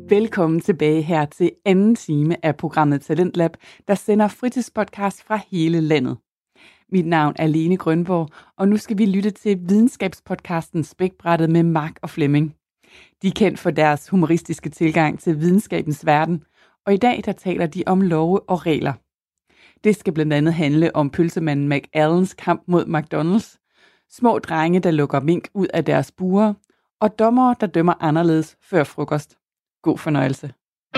Velkommen tilbage her til anden time af programmet Talentlab, der sender fritidspodcast fra hele landet. Mit navn er Lene Grønborg, og nu skal vi lytte til videnskabspodcasten Spækbrættet med Mark og Flemming. De er kendt for deres humoristiske tilgang til videnskabens verden, og i dag der taler de om love og regler. Det skal blandt andet handle om pølsemanden McAllens kamp mod McDonald's, små drenge, der lukker mink ud af deres bure, og dommere, der dømmer anderledes før frokost. God fornøjelse.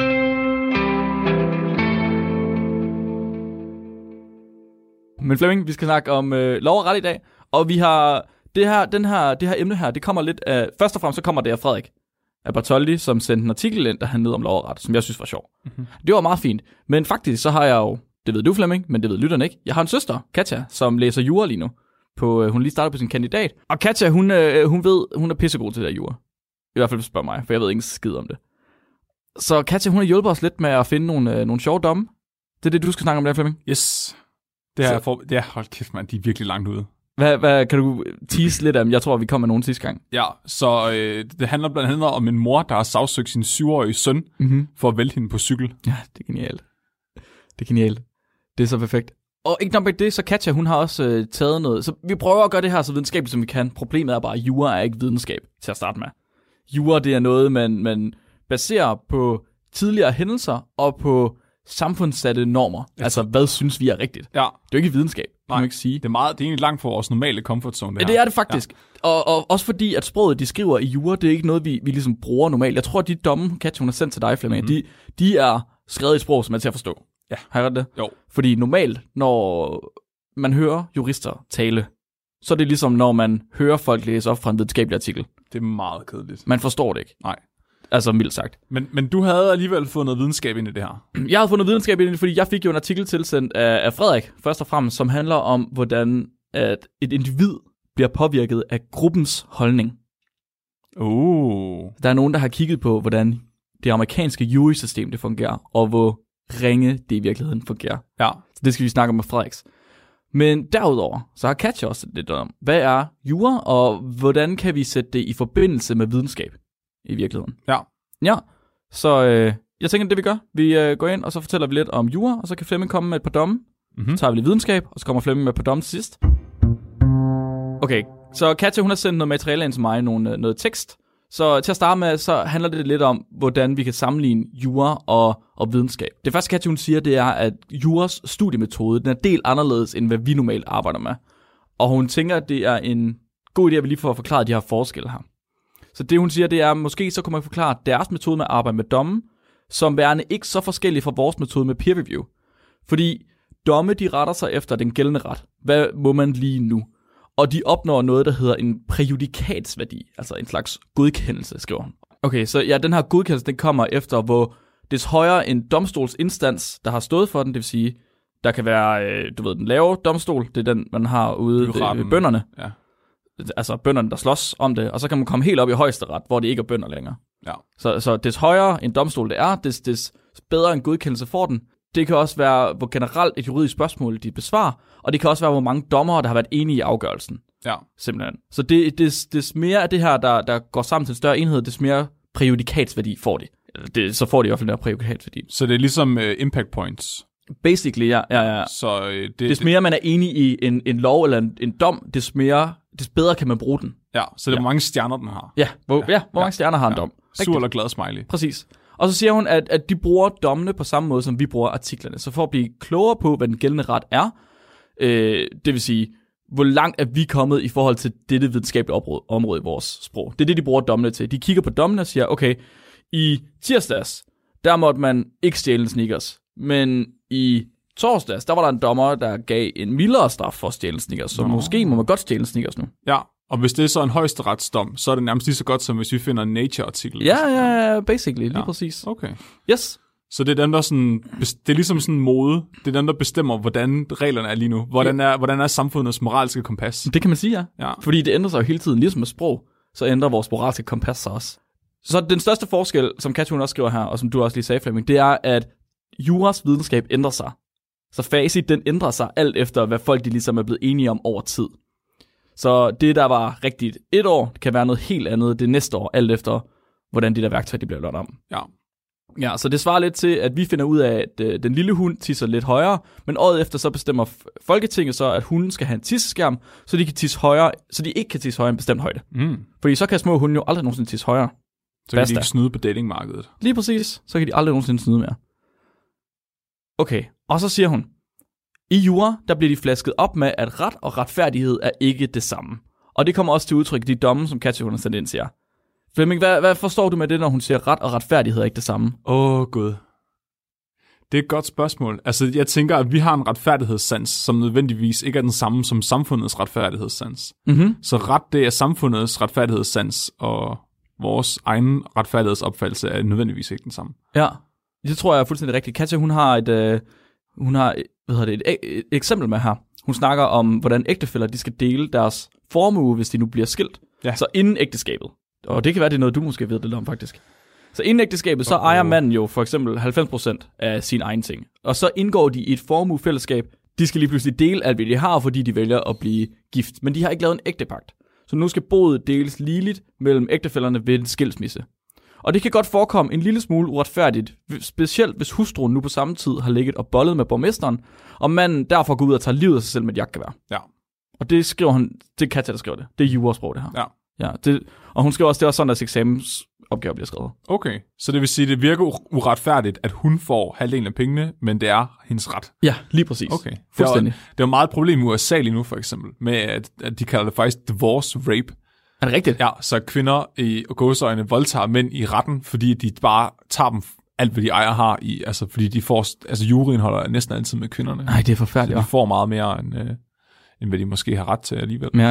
Men Flemming, vi skal snakke om lov og ret i dag, og vi har det her emne her, det kommer lidt af, først og fremmest så kommer det af Frederik af Bartholdi, som sendte en artikel ind, der handlede om lov og ret, som jeg synes var sjov. Mm-hmm. Det var meget fint, men faktisk så har jeg jo, det ved du Flemming, men det ved lytterne ikke, jeg har en søster, Katja, som læser jura lige nu. Hun lige startet på sin kandidat, og Katja, hun er pissegod til det der jura. I hvert fald spørg mig, for jeg ved ikke skid om det. Så Katja, hun har hjulpet os lidt med at finde nogle sjove domme. Det er det, du skal snakke om der, Flemming? Yes. Hold kæft, mand, de er virkelig langt ude. Hvad kan du tease lidt om? Jeg tror, vi kom med nogen sidste gang. Ja, så det handler blandt andet om en mor, der har sagsøgt sin 7-årige søn for at vælte hende på cykel. Ja, det er genialt. Det er så perfekt. Og ikke nok med det, så Katja, hun har også taget noget. Så vi prøver at gøre det her så videnskabeligt, som vi kan. Problemet er bare, at jura er ikke videnskab til at starte med. Jura, det er noget, man baserer på tidligere hændelser og på samfundssatte normer. Altså, hvad synes vi er rigtigt? Ja. Det er jo ikke videnskab, kan man ikke sige. Det er egentlig langt fra vores normale comfort zone, det her. Ja, det er det faktisk. Ja. Og også fordi, at sproget, de skriver i jura, det er ikke noget, vi ligesom bruger normalt. Jeg tror, at de domme, Katja, hun har sendt til dig, Flemming, de er skrevet i sprog, som er til at forstå. Ja. Har jeg ret det? Jo. Fordi normalt, når man hører jurister tale, så er det ligesom, når man hører folk læse op fra en videnskabelig artikel. Det er meget kedeligt. Man forstår det ikke. Nej. Altså mildt sagt. Men du havde alligevel fået noget videnskab ind i det her. Jeg havde fået noget videnskab ind i det, fordi jeg fik jo en artikel tilsendt af Frederik, først og fremmest, som handler om, hvordan at et individ bliver påvirket af gruppens holdning. Der er nogen, der har kigget på, hvordan det amerikanske jury-system det fungerer, og hvor ringe det i virkeligheden fungerer. Ja. Så det skal vi snakke om med Frederiks. Men derudover, så har Katja også lidt om, hvad er jura, og hvordan kan vi sætte det i forbindelse med videnskab i virkeligheden. Ja, så jeg tænker, det vi gør, vi går ind, og så fortæller vi lidt om jura, og så kan Flemming komme med et par domme. Så tager vi lidt videnskab, og så kommer Flemming med et par domme til sidst. Okay, så Katja, hun har sendt noget materiale ind til mig, noget tekst. Så til at starte med, så handler det lidt om, hvordan vi kan sammenligne jura og videnskab. Det første, Katja, hun siger, det er, at juras studiemetode, den er del anderledes, end hvad vi normalt arbejder med. Og hun tænker, at det er en god idé, at vi lige får forklaret de her forskelle her. Så det, hun siger, det er, at måske så kunne man forklare deres metode med at arbejde med domme, som værende ikke så forskellige fra vores metode med peer review. Fordi domme, de retter sig efter den gældende ret. Hvad må man lige nu? Og de opnår noget, der hedder en præjudikatsværdi, altså en slags godkendelse, skriver hun. Okay, så ja, den her godkendelse, den kommer efter, hvor des højere en domstolsinstans, der har stået for den, det vil sige, der kan være, den lave domstol, det er den, man har ude ved bønderne. Ja. Altså bønderne, der slås om det, og så kan man komme helt op i højesteret, hvor det ikke er bønder længere. Ja. Så des højere en domstol det er, des bedre en godkendelse får den. Det kan også være, hvor generelt et juridisk spørgsmål de besvarer, og det kan også være, hvor mange dommere, der har været enige i afgørelsen. Ja. Simpelthen. Så des mere af det her, der går sammen til en større enhed, des mere præjudikatsværdi får de. Så får de i hvert fald der præjudikatsværdi. Så det er ligesom impact points? Basically, ja. Så des mere man er enig i en lov eller en dom, des bedre kan man bruge den. Ja, så det er hvor mange stjerner den har. Ja, hvor mange stjerner har en dom. Sur eller glad smiley. Præcis. Og så siger hun, at de bruger dommene på samme måde, som vi bruger artiklerne. Så for at blive klogere på, hvad den gældende ret er, det vil sige, hvor langt er vi kommet i forhold til dette videnskabelige område i vores sprog. Det er det, de bruger dommene til. De kigger på dommene og siger, okay, i tirsdags, der måtte man ikke stjæle en Snickers. Men i torsdags, der var der en dommer, der gav en mildere straf for at stjæle Snickers. Så måske må man godt stjæle Snickers nu. Ja. Og hvis det er så en højesteretsdom, så er det nærmest lige så godt, som hvis vi finder en Nature-artikel. Ja, basically, lige præcis. Okay. Yes. Så det er dem, der sådan, det er ligesom sådan en mode. Det er dem, der bestemmer, hvordan reglerne er lige nu. Hvordan er samfundets moralske kompas? Det kan man sige, ja. Fordi det ændrer sig jo hele tiden, ligesom med sprog, så ændrer vores moralske kompas sig også. Så den største forskel, som Katja også skriver her, og som du også lige sagde, Flemming, det er, at juras videnskab ændrer sig. Så facit, den ændrer sig alt efter, hvad folk de ligesom er blevet enige om over tid. Så det, der var rigtigt et år, kan være noget helt andet det næste år, alt efter, hvordan de der værktøjer de bliver lavet om. Ja. Ja, så det svarer lidt til, at vi finder ud af, at den lille hund tisser lidt højere, men året efter så bestemmer Folketinget så, at hunden skal have en tisseskærm, så de kan tisse højere, så de ikke kan tisse højere en bestemt højde. Fordi så kan små hunde jo aldrig nogensinde tisse højere. Så kan de ikke snyde på datingmarkedet. Lige præcis, så kan de aldrig nogensinde snyde mere. Okay, og så siger hun, i jura, der bliver de flasket op med, at ret og retfærdighed er ikke det samme. Og det kommer også til udtryk i de domme, som Katja hun har sendt ind, siger. Flemming, hvad forstår du med det, når hun siger, ret og retfærdighed er ikke det samme? Gud. Det er et godt spørgsmål. Altså, jeg tænker, at vi har en retfærdighedssans, som nødvendigvis ikke er den samme som samfundets retfærdighedssans. Så ret, det er samfundets retfærdighedssans, og vores egen retfærdighedsopfattelse er nødvendigvis ikke den samme. Ja, det tror jeg er fuldstændig rigtigt. Katja, hun har et eksempel med her. Hun snakker om, hvordan ægtefæller de skal dele deres formue, hvis de nu bliver skilt. Ja. Så inden ægteskabet. Og det kan være, det er noget, du måske ved det om, faktisk. Så inden ægteskabet, så ejer manden jo for eksempel 90% af sine egne ting. Og så indgår de i et formuefællesskab. De skal lige pludselig dele alt, hvad de har, fordi de vælger at blive gift. Men de har ikke lavet en ægtepagt. Så nu skal boet deles ligeligt mellem ægtefællerne ved en skilsmisse. Og det kan godt forekomme en lille smule uretfærdigt, specielt hvis hustruen nu på samme tid har ligget og bollet med borgmesteren, og manden derfor går ud og tager livet af sig selv med et jagtgevær. Ja. Og det skriver hun, det er Katja, der skriver det. Det er jurasprog, det her. Ja, og hun skriver også, det er også sådan, at eksamensopgaver bliver skrevet. Okay, så det vil sige, at det virker uretfærdigt, at hun får halvdelen af pengene, men det er hendes ret. Ja, lige præcis. Okay, fuldstændig. Det er jo meget et problem i USA lige nu, for eksempel, med at de kalder det faktisk divorce rape. Er det rigtigt? Ja, så kvinder i gåseøjne voldtager mænd i retten, fordi de bare tager dem alt, hvad de ejer har i, altså fordi de får, altså juryen holder næsten altid med kvinderne. Nej, det er forfærdeligt. Så de får meget mere, end hvad de måske har ret til alligevel. Ja.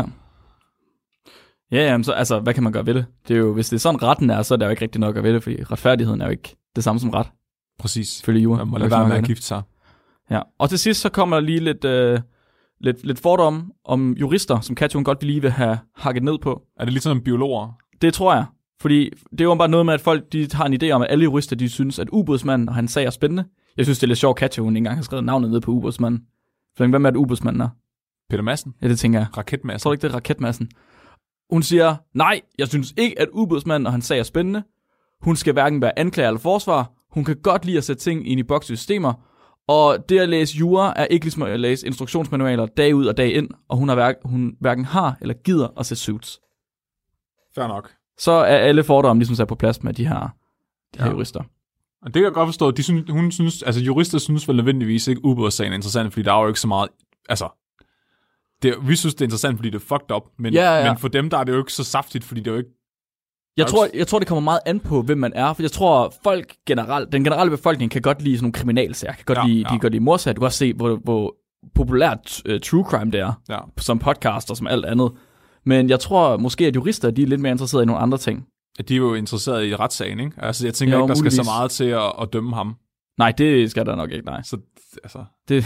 Ja, jamen, så altså, hvad kan man gøre ved det? Det er jo, hvis det er sådan retten er, så er der jo ikke rigtig nok at gøre ved det, fordi retfærdigheden er jo ikke det samme som ret. Præcis. Følge jura. Man må lade være med at gifte sig. Ja, og til sidst så kommer der lige lidt fordomme om jurister, som Katja godt lige vil have hakket ned på. Er det lidt sådan biologer? Det tror jeg. Fordi det er jo bare noget med, at folk de har en idé om, at alle jurister de synes, at ubådsmanden og hans sag er spændende. Jeg synes, det er lidt sjovt, Katja hun ikke engang har skrevet navnet ned på ubådsmanden. Hvad med, at ubådsmanden er? Peter Madsen? Ja, det tænker jeg. Raketmadsen? Tror du ikke, det er Raketmadsen? Hun siger, nej, jeg synes ikke, at ubådsmanden og hans sag er spændende. Hun skal hverken være anklager eller forsvar. Hun kan godt lide at sætte ting ind i bokssystemer. Og det at læse jura er ikke ligesom at læse instruktionsmanualer dag ud og dag ind. Og hun hverken har eller gider at sætte suits. Fair nok. Så er alle fordomme ligesom sat på plads med de her jurister. Og det kan jeg godt forstå. Hun synes, altså jurister synes vel nødvendigvis ikke ubådssagen er interessant, fordi der er jo ikke så meget, altså vi synes det er interessant, fordi det er fucked up, men for dem der er det jo ikke så saftigt, fordi det er jo ikke. Jeg tror det kommer meget an på hvem man er, for jeg tror den generelle befolkning kan godt lide sådan nogle kriminalsager, de kan godt lide mordsager. Du kan også se hvor populært true crime det er, som podcast og som alt andet. Men jeg tror måske, at jurister de er lidt mere interesserede i nogle andre ting. At de er jo interesserede i retssagen, ikke? Altså, jeg tænker ikke, der skal så meget til at dømme ham. Nej, det skal der nok ikke, nej. Så, altså. Det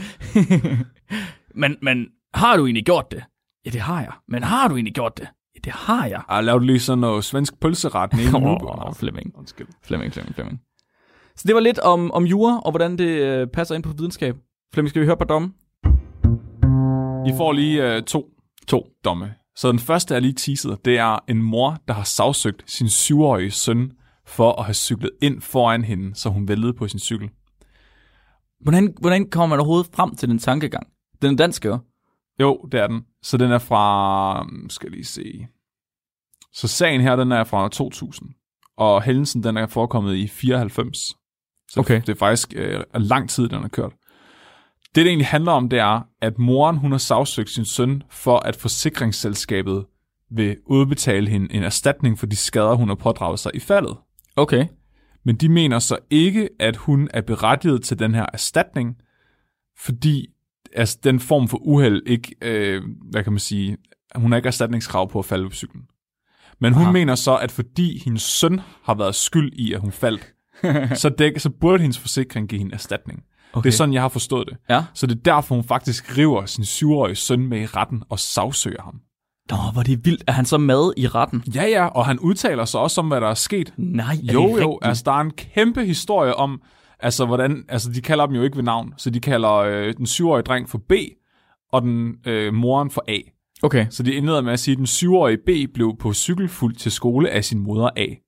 men har du egentlig gjort det? Ja, det har jeg. Men har du egentlig gjort det? Ja, det har jeg. Jeg lavede lige sådan noget svensk pølseret nede i Nuborg. Flemming. Så det var lidt om jura, og hvordan det passer ind på videnskab. Flemming, skal vi høre på domme? I får lige to domme. Så den første er lige teaset. Det er en mor, der har sagsøgt sin 7-årige søn for at have cyklet ind foran hende, så hun væltede på sin cykel. Hvordan kommer man overhovedet frem til den tankegang? Den er dansk, jo? Jo, det er den. Så den er fra, skal lige se. Så sagen her, den er fra 2000. Og hændelsen, den er forekommet i 94. Så det er faktisk lang tid, den har kørt. Det egentlig handler om, det er, at moren, hun har sagsøgt sin søn, for at forsikringsselskabet vil udbetale hende en erstatning for de skader, hun har pådraget sig i faldet. Okay. Men de mener så ikke, at hun er berettiget til den her erstatning, fordi altså, den form for uheld ikke, hvad kan man sige, hun har ikke erstatningskrav på at falde på cyklen. Men hun mener så, at fordi hendes søn har været skyld i, at hun faldt, så burde hendes forsikring give hende erstatning. Okay. Det er sådan, jeg har forstået det. Ja. Så det er derfor, hun faktisk river sin 7-årige søn med i retten og sagsøger ham. Nå, hvor det er vildt. Er han så med i retten? Ja, og han udtaler sig også om, hvad der er sket. Nej, Jo, altså der er en kæmpe historie om, altså hvordan, altså de kalder dem jo ikke ved navn, så de kalder den 7-årige dreng for B, og den moren for A. Okay. Så de indleder med at sige, at den 7-årige B blev på cykelfuld til skole af sin moder A.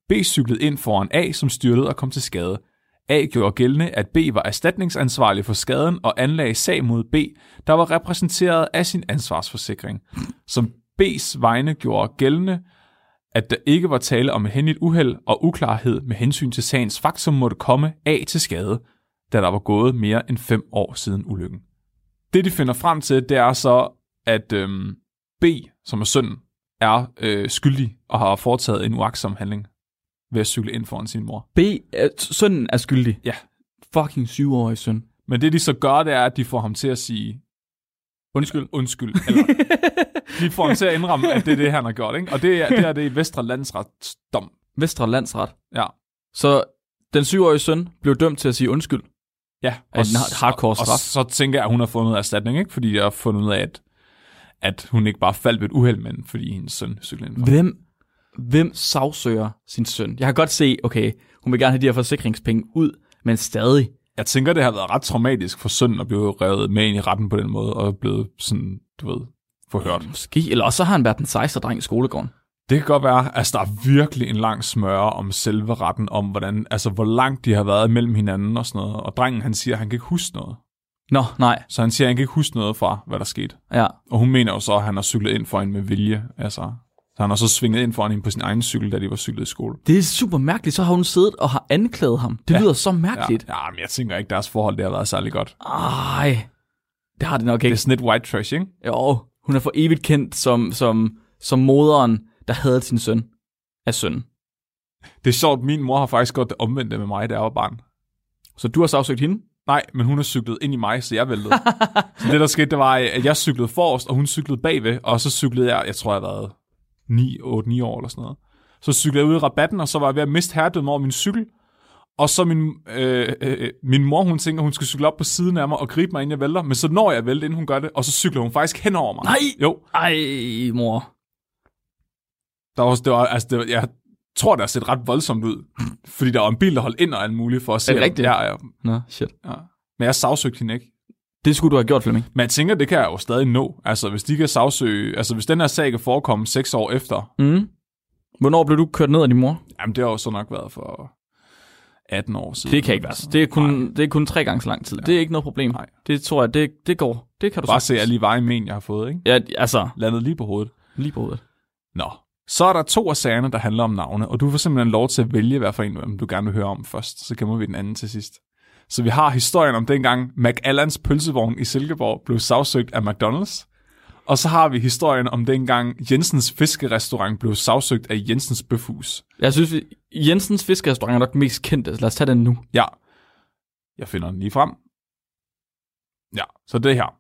B cyklede ind foran A, som styrtede og kom til skade. A gjorde gældende, at B var erstatningsansvarlig for skaden og anlagde sag mod B, der var repræsenteret af sin ansvarsforsikring. Som B's vegne gjorde gældende, at der ikke var tale om et hændeligt uheld og uklarhed med hensyn til sagens faktum måtte komme A til skade, da der var gået mere end 5 år siden ulykken. Det, de finder frem til, det er så, at B, som er sønnen, er skyldig og har foretaget en uagtsom handling ved at cykle ind foran sin mor. Sønnen er skyldig? Ja. Fucking 7-årig søn. Men det, de så gør, det er, at de får ham til at sige undskyld. Eller de får ham til at indrømme, at det er det, han har gjort. Ikke? Og det er det i Vestre Landsrets dom. Vestre Landsret? Ja. Så den 7-årige søn blev dømt til at sige undskyld? Ja. Og en hardcore straf. Og så tænker jeg, at hun har fundet erstatning, ikke? Fordi jeg har fundet ud af, at hun ikke bare faldt ved et uheld, men fordi hendes søn cyklede ind. Hvem sagsøger sin søn? Jeg har godt se, okay, hun vil gerne have de her forsikringspenge ud, men stadig. Jeg tænker, det har været ret traumatisk for sønnen at blive revet med ind i retten på den måde, og blevet sådan, du ved, forhørt. Måske, eller også så har han været den 16-dreng i skolegården. Det kan godt være, altså der er virkelig en lang smøre om selve retten, om hvordan, altså hvor langt de har været mellem hinanden og sådan noget. Og drengen, han siger, at han kan ikke huske noget. Nå, nej. Så han siger, at han kan ikke huske noget fra, hvad der skete. Ja. Og hun mener jo så, at han har cyklet ind for hende med vilje. Altså, så han har så svinget ind foran hende på sin egen cykel, da de var cyklet i skole. Det er super mærkeligt. Så har hun siddet og har anklaget ham. Det lyder så mærkeligt. Ja, men jeg tænker ikke, deres forhold det har været særlig godt. Ej, det har det nok ikke. Det er sådan lidt white trash, ikke? Jo, hun er for evigt kendt som moderen, der havde sin søn af sønnen. Det er sjovt, min mor har faktisk gjort det omvendte med mig, da jeg var barn. Så du har sagsøgt hende? Nej, men hun har cyklet ind i mig, så jeg væltede. Så det, der skete, det var, at jeg cyklede forrest, og hun cyklede bagved, og så cyklede jeg tror jeg har været 8-9 år eller sådan noget. Så cyklede jeg ud i rabatten, og så var jeg ved at miste herredømmen over min cykel. Og så min mor, hun tænker, hun skal cykle op på siden af mig og gribe mig, inden jeg vælter. Men så når jeg vælter, inden hun gør det, og så cykler hun faktisk hen over mig. Nej! Jo. Ej, mor. Jeg tror, det har set ret voldsomt ud. Fordi der var en bil, der holdt ind og alt muligt for at se. Er det rigtigt? Ja. Nå, shit. Ja. Men jeg sagsøgte hende ikke. Det skulle du have gjort, Flemming. Men jeg tænker, det kan jeg jo stadig nå. Altså, hvis de kan sagsøge... Altså, hvis den her sag kan forekomme 6 år efter... Hvornår blev du kørt ned af din mor? Jamen, det har jo så nok været for 18 år siden. Det kan ikke være. Det er kun 3 gange så lang tid. Ja. Det er ikke noget problem. Nej. Det tror jeg, det går. Det kan du bare se alle de veje men, jeg har fået, ikke? Ja, altså... Landet lige på hovedet. Lige på hovedet. Nå. Så er der 2 af sagerne, der handler om navne, og du får simpelthen lov til at vælge, hvad for en du gerne vil høre om først. Så gemmer vi den anden til sidst. Så vi har historien om dengang McAllans pølsevogn i Silkeborg blev sagsøgt af McDonald's. Og så har vi historien om dengang Jensens Fiskerestaurant blev sagsøgt af Jensens Bøfhus. Jeg synes, Jensens Fiskerestaurant er nok mest kendte. Lad os tage den nu. Ja. Jeg finder den lige frem. Ja, så det her.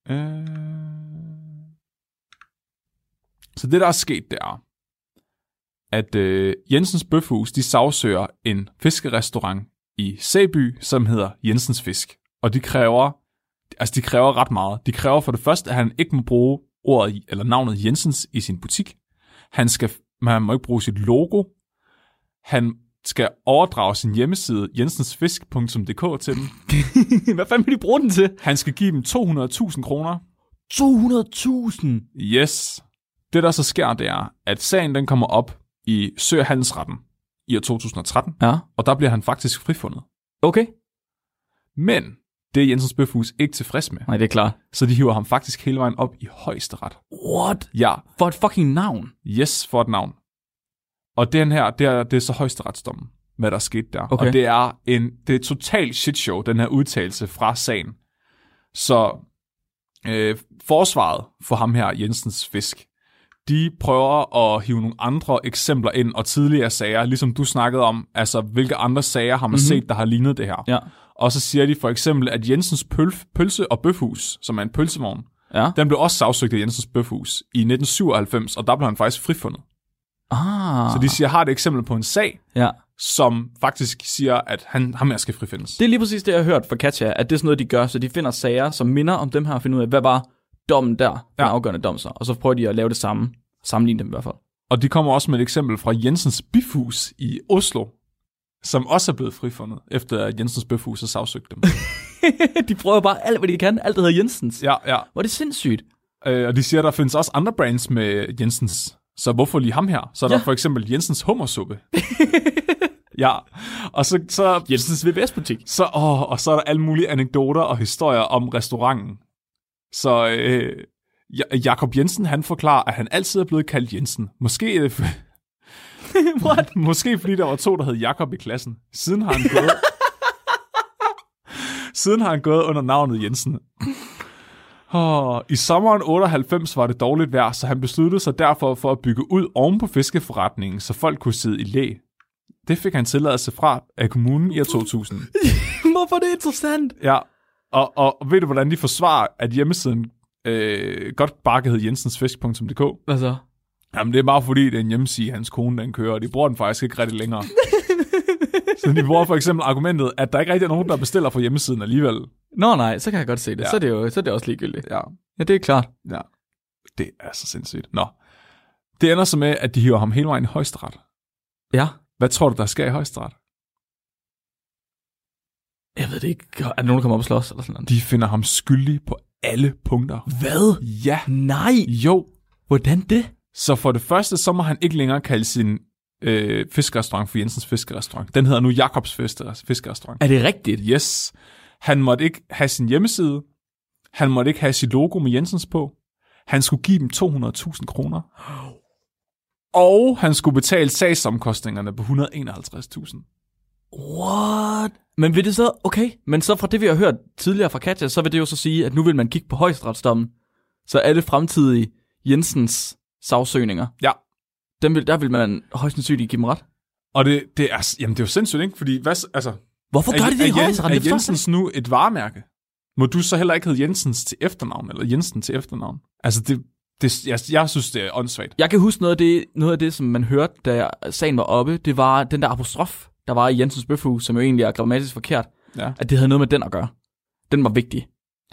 Så det, der er sket, det er, at Jensens Bøfhus, de sagsøger en fiskerestaurant i Sæby, som hedder Jensens Fisk. Og de kræver ret meget. De kræver for det første, at han ikke må bruge ordet eller navnet Jensens i sin butik. Han må ikke bruge sit logo. Han skal overdrage sin hjemmeside jensensfisk.dk til dem. Hvad fanden vil de bruge den til? Han skal give dem 200.000 kroner. 200.000? Yes. Det, der så sker, det er, at sagen den kommer op i Sø- og Handelsretten i år 2013, og der bliver han faktisk frifundet. Okay. Men det er Jensens Bøfhus ikke tilfreds med. Nej, det er klart. Så de hiver ham faktisk hele vejen op i højesteret. What? Ja. For et fucking navn? Yes, for et navn. Og den her, det er så højesteretsdommen, hvad der er sket der. Okay. Og det er et totalt shitshow, den her udtalelse fra sagen. Så forsvaret for ham her, Jensens Fisk, de prøver at hive nogle andre eksempler ind, og tidligere sager, ligesom du snakkede om, altså hvilke andre sager har man set, der har lignet det her. Ja. Og så siger de for eksempel, at Jensens Pølse- og Bøfhus, som er en pølsevogn, den blev også sagsøgt af Jensens Bøfhus i 1997, og der blev han faktisk frifundet. Ah. Så de siger, har et eksempel på en sag, som faktisk siger, at ham her skal frifindes. Det er lige præcis det, jeg har hørt fra Katja, at det er sådan noget, de gør, så de finder sager, som minder om dem her, og finder ud af, hvad var dommen der, den afgørende dom så, og så prøver de at lave det samme, sammenligne dem i hvert fald. Og de kommer også med et eksempel fra Jensens Bifhus i Oslo, som også er blevet frifundet, efter at Jensens Bøfhus har sagsøgt dem. De prøver bare alt, hvad de kan, alt der hedder Jensens. Ja. Hvor er det sindssygt. Og de siger, at der findes også andre brands med Jensens, Så hvorfor lige ham her? Så er der for eksempel Jensens hummersuppe. Ja, og så Jensens VVS-butik. Og så er der alle mulige anekdoter og historier om restauranten. Så Jakob Jensen, han forklarer, at han altid er blevet kaldt Jensen. Måske What? Måske fordi der var 2, der hed Jakob i klassen. Siden har han gået under navnet Jensen. I sommeren 98 var det dårligt vejr, så han besluttede sig derfor for at bygge ud oven på fiskeforretningen, så folk kunne sidde i læ. Det fik han tilladelse fra af kommunen i år 2000. Hvorfor er det interessant? Ja, og ved du, hvordan de forsvarer, at hjemmesiden godt bare kan hedde jensensfisk.dk? Hvad så? Jamen, det er bare fordi, det er en hjemmeside, hans kone den kører, og de bruger den faktisk ikke rigtig længere. Så de bruger for eksempel argumentet, at der ikke rigtig er nogen, der bestiller fra hjemmesiden alligevel. Nå nej, så kan jeg godt se det. Ja. Så er det også ligegyldigt. Ja, det er klart. Ja, det er så sindssygt. Nå, det ender så med, at de hiver ham hele vejen i højesteret. Ja. Hvad tror du, der sker i højesteret? Jeg ved det ikke. Er der nogen, der kommer op og slås eller sådan noget? De finder ham skyldig på alle punkter. Hvad? Ja. Nej. Jo. Hvordan det? Så for det første, så må han ikke længere kalde sin fiskerestaurant for Jensens Fiskerestaurant. Den hedder nu Jakobs Fiskerestaurant. Er det rigtigt? Yes. Han måtte ikke have sin hjemmeside. Han måtte ikke have sit logo med Jensens på. Han skulle give dem 200.000 kroner. Og han skulle betale sagsomkostningerne på 151.000. What? Men vil det så, okay, men så fra det, vi har hørt tidligere fra Katja, så vil det jo så sige, at nu vil man kigge på højesteretsdommen. Så alle fremtidige Jensens sagsøgninger, ja, der vil man højst sandsynligt give dem ret. Og det er jo sindssygt, ikke? Fordi, hvorfor gør de det i højesteret? Er Jensens nu et varemærke? Må du så heller ikke hedde Jensens til efternavn, eller Jensen til efternavn? Altså, jeg synes, det er åndssvagt. Jeg kan huske noget af det, som man hørte, da sagen var oppe, det var den der apostrof, der var i Jensens Bøfhus, som jo egentlig er grammatisk forkert, at det havde noget med den at gøre. Den var vigtig.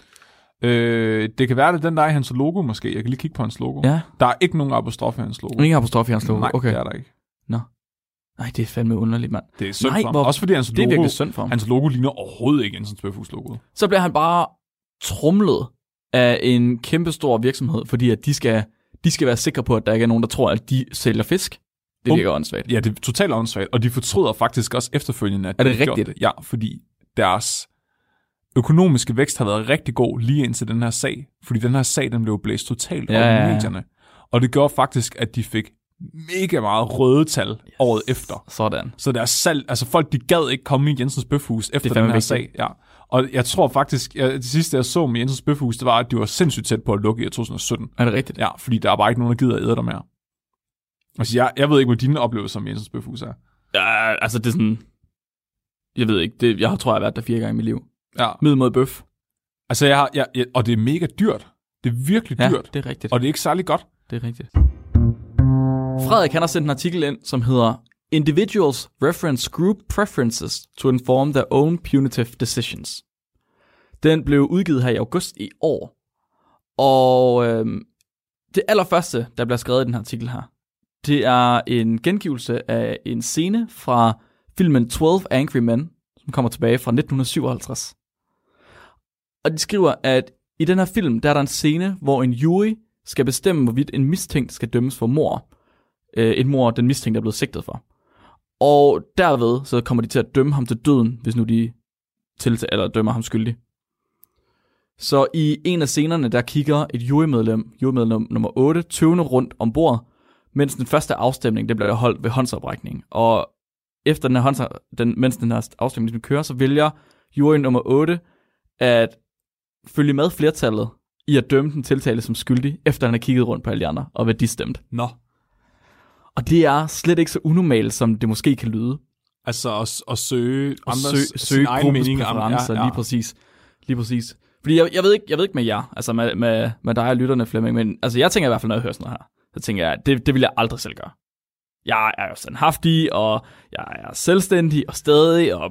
Det kan være, det den der er i hans logo måske. Jeg kan lige kigge på hans logo. Ja. Der er ikke nogen apostrof i hans logo. Ingen apostrof i hans logo? Nej, okay. Det er der ikke. Nå. Nej, det er fandme underligt, mand. Det er synd for ham. Også fordi hans logo, det er virkelig synd for ham. Hans logo ligner overhovedet ikke Jensens Bøfhus-logoet. Så bliver han bare tromlet af en kæmpestor virksomhed, fordi at de skal være sikre på, at der ikke er nogen, der tror, at de sælger fisk. Det virker åndssvagt. Ja, det er totalt åndssvagt, og de fortryder faktisk også efterfølgende, at er det rigtigt? Ja, fordi deres økonomiske vækst har været rigtig god lige indtil den her sag, fordi den her sag, den blev blæst totalt over i medierne. Og det gjorde faktisk, at de fik mega meget røde tal året efter. Sådan. Så deres salg, altså folk, de gad ikke komme i Jensens Bøfhus efter den her sag. Ja. Og jeg tror faktisk, det sidste jeg så med Jensens Bøfhus, det var, at de var sindssygt tæt på at lukke i 2017. Er det rigtigt? Ja, fordi der er bare ikke nogen, der gider at æde der mere. Altså, jeg ved ikke, hvad dine oplevelser med Jensens Bøfhus er. Ja, altså det er sådan, jeg ved ikke, jeg tror, jeg har været der 4 gange i mit liv. Ja. Middel mod bøf. Altså, og det er mega dyrt. Det er virkelig dyrt. Ja, det er rigtigt. Og det er ikke særlig godt. Det er rigtigt. Frederik, han har sendt en artikel ind, som hedder Individuals reference group preferences to inform their own punitive decisions. Den blev udgivet her i august i år. Og det allerførste, der bliver skrevet i den her artikel her, det er en gengivelse af en scene fra filmen 12 Angry Men, som kommer tilbage fra 1957. Og de skriver, at i den her film, der er der en scene, hvor en jury skal bestemme, hvorvidt en mistænkt skal dømmes for mord. Et mord, den mistænkte er blevet sigtet for. Og derved, så kommer de til at dømme ham til døden, hvis nu de eller dømmer ham skyldig. Så i en af scenerne, der kigger et jurymedlem nummer 8, tøvende rundt om bordet, mens den første afstemning, det bliver holdt ved håndsoprækning. Og efter mens den her afstemning kører, så vælger jury nummer 8 at følge med flertallet i at dømme den tiltalte som skyldig, efter han har kigget rundt på alle de andre, og hvad de stemte. Nå. Og det er slet ikke så unormalt, som det måske kan lyde. Altså at søge andres søge gruppens præferencer, ja. Lige præcis. Fordi jeg ved ikke med jer, altså med dig og lytterne, Flemming, men altså jeg tænker i hvert fald, når jeg hører sådan noget her, så tænker jeg, det vil jeg aldrig selv gøre. Jeg er jo standhaftig, og jeg er selvstændig og stædig, og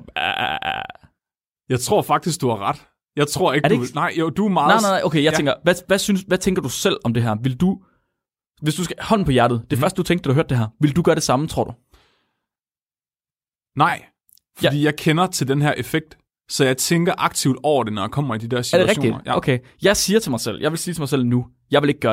Jeg tror faktisk, du har ret. Jeg tror ikke, du er meget... Nej, okay, jeg tænker, hvad tænker du selv om det her? Vil du, hvis du skal hånden på hjertet, det første du tænkte, da du hørte det her, vil du gøre det samme, tror du? Nej, fordi jeg kender til den her effekt, så jeg tænker aktivt over det, når jeg kommer i de der situationer. Er det rigtigt? Ja. Okay, jeg vil sige til mig selv nu, jeg vil ikke gøre det,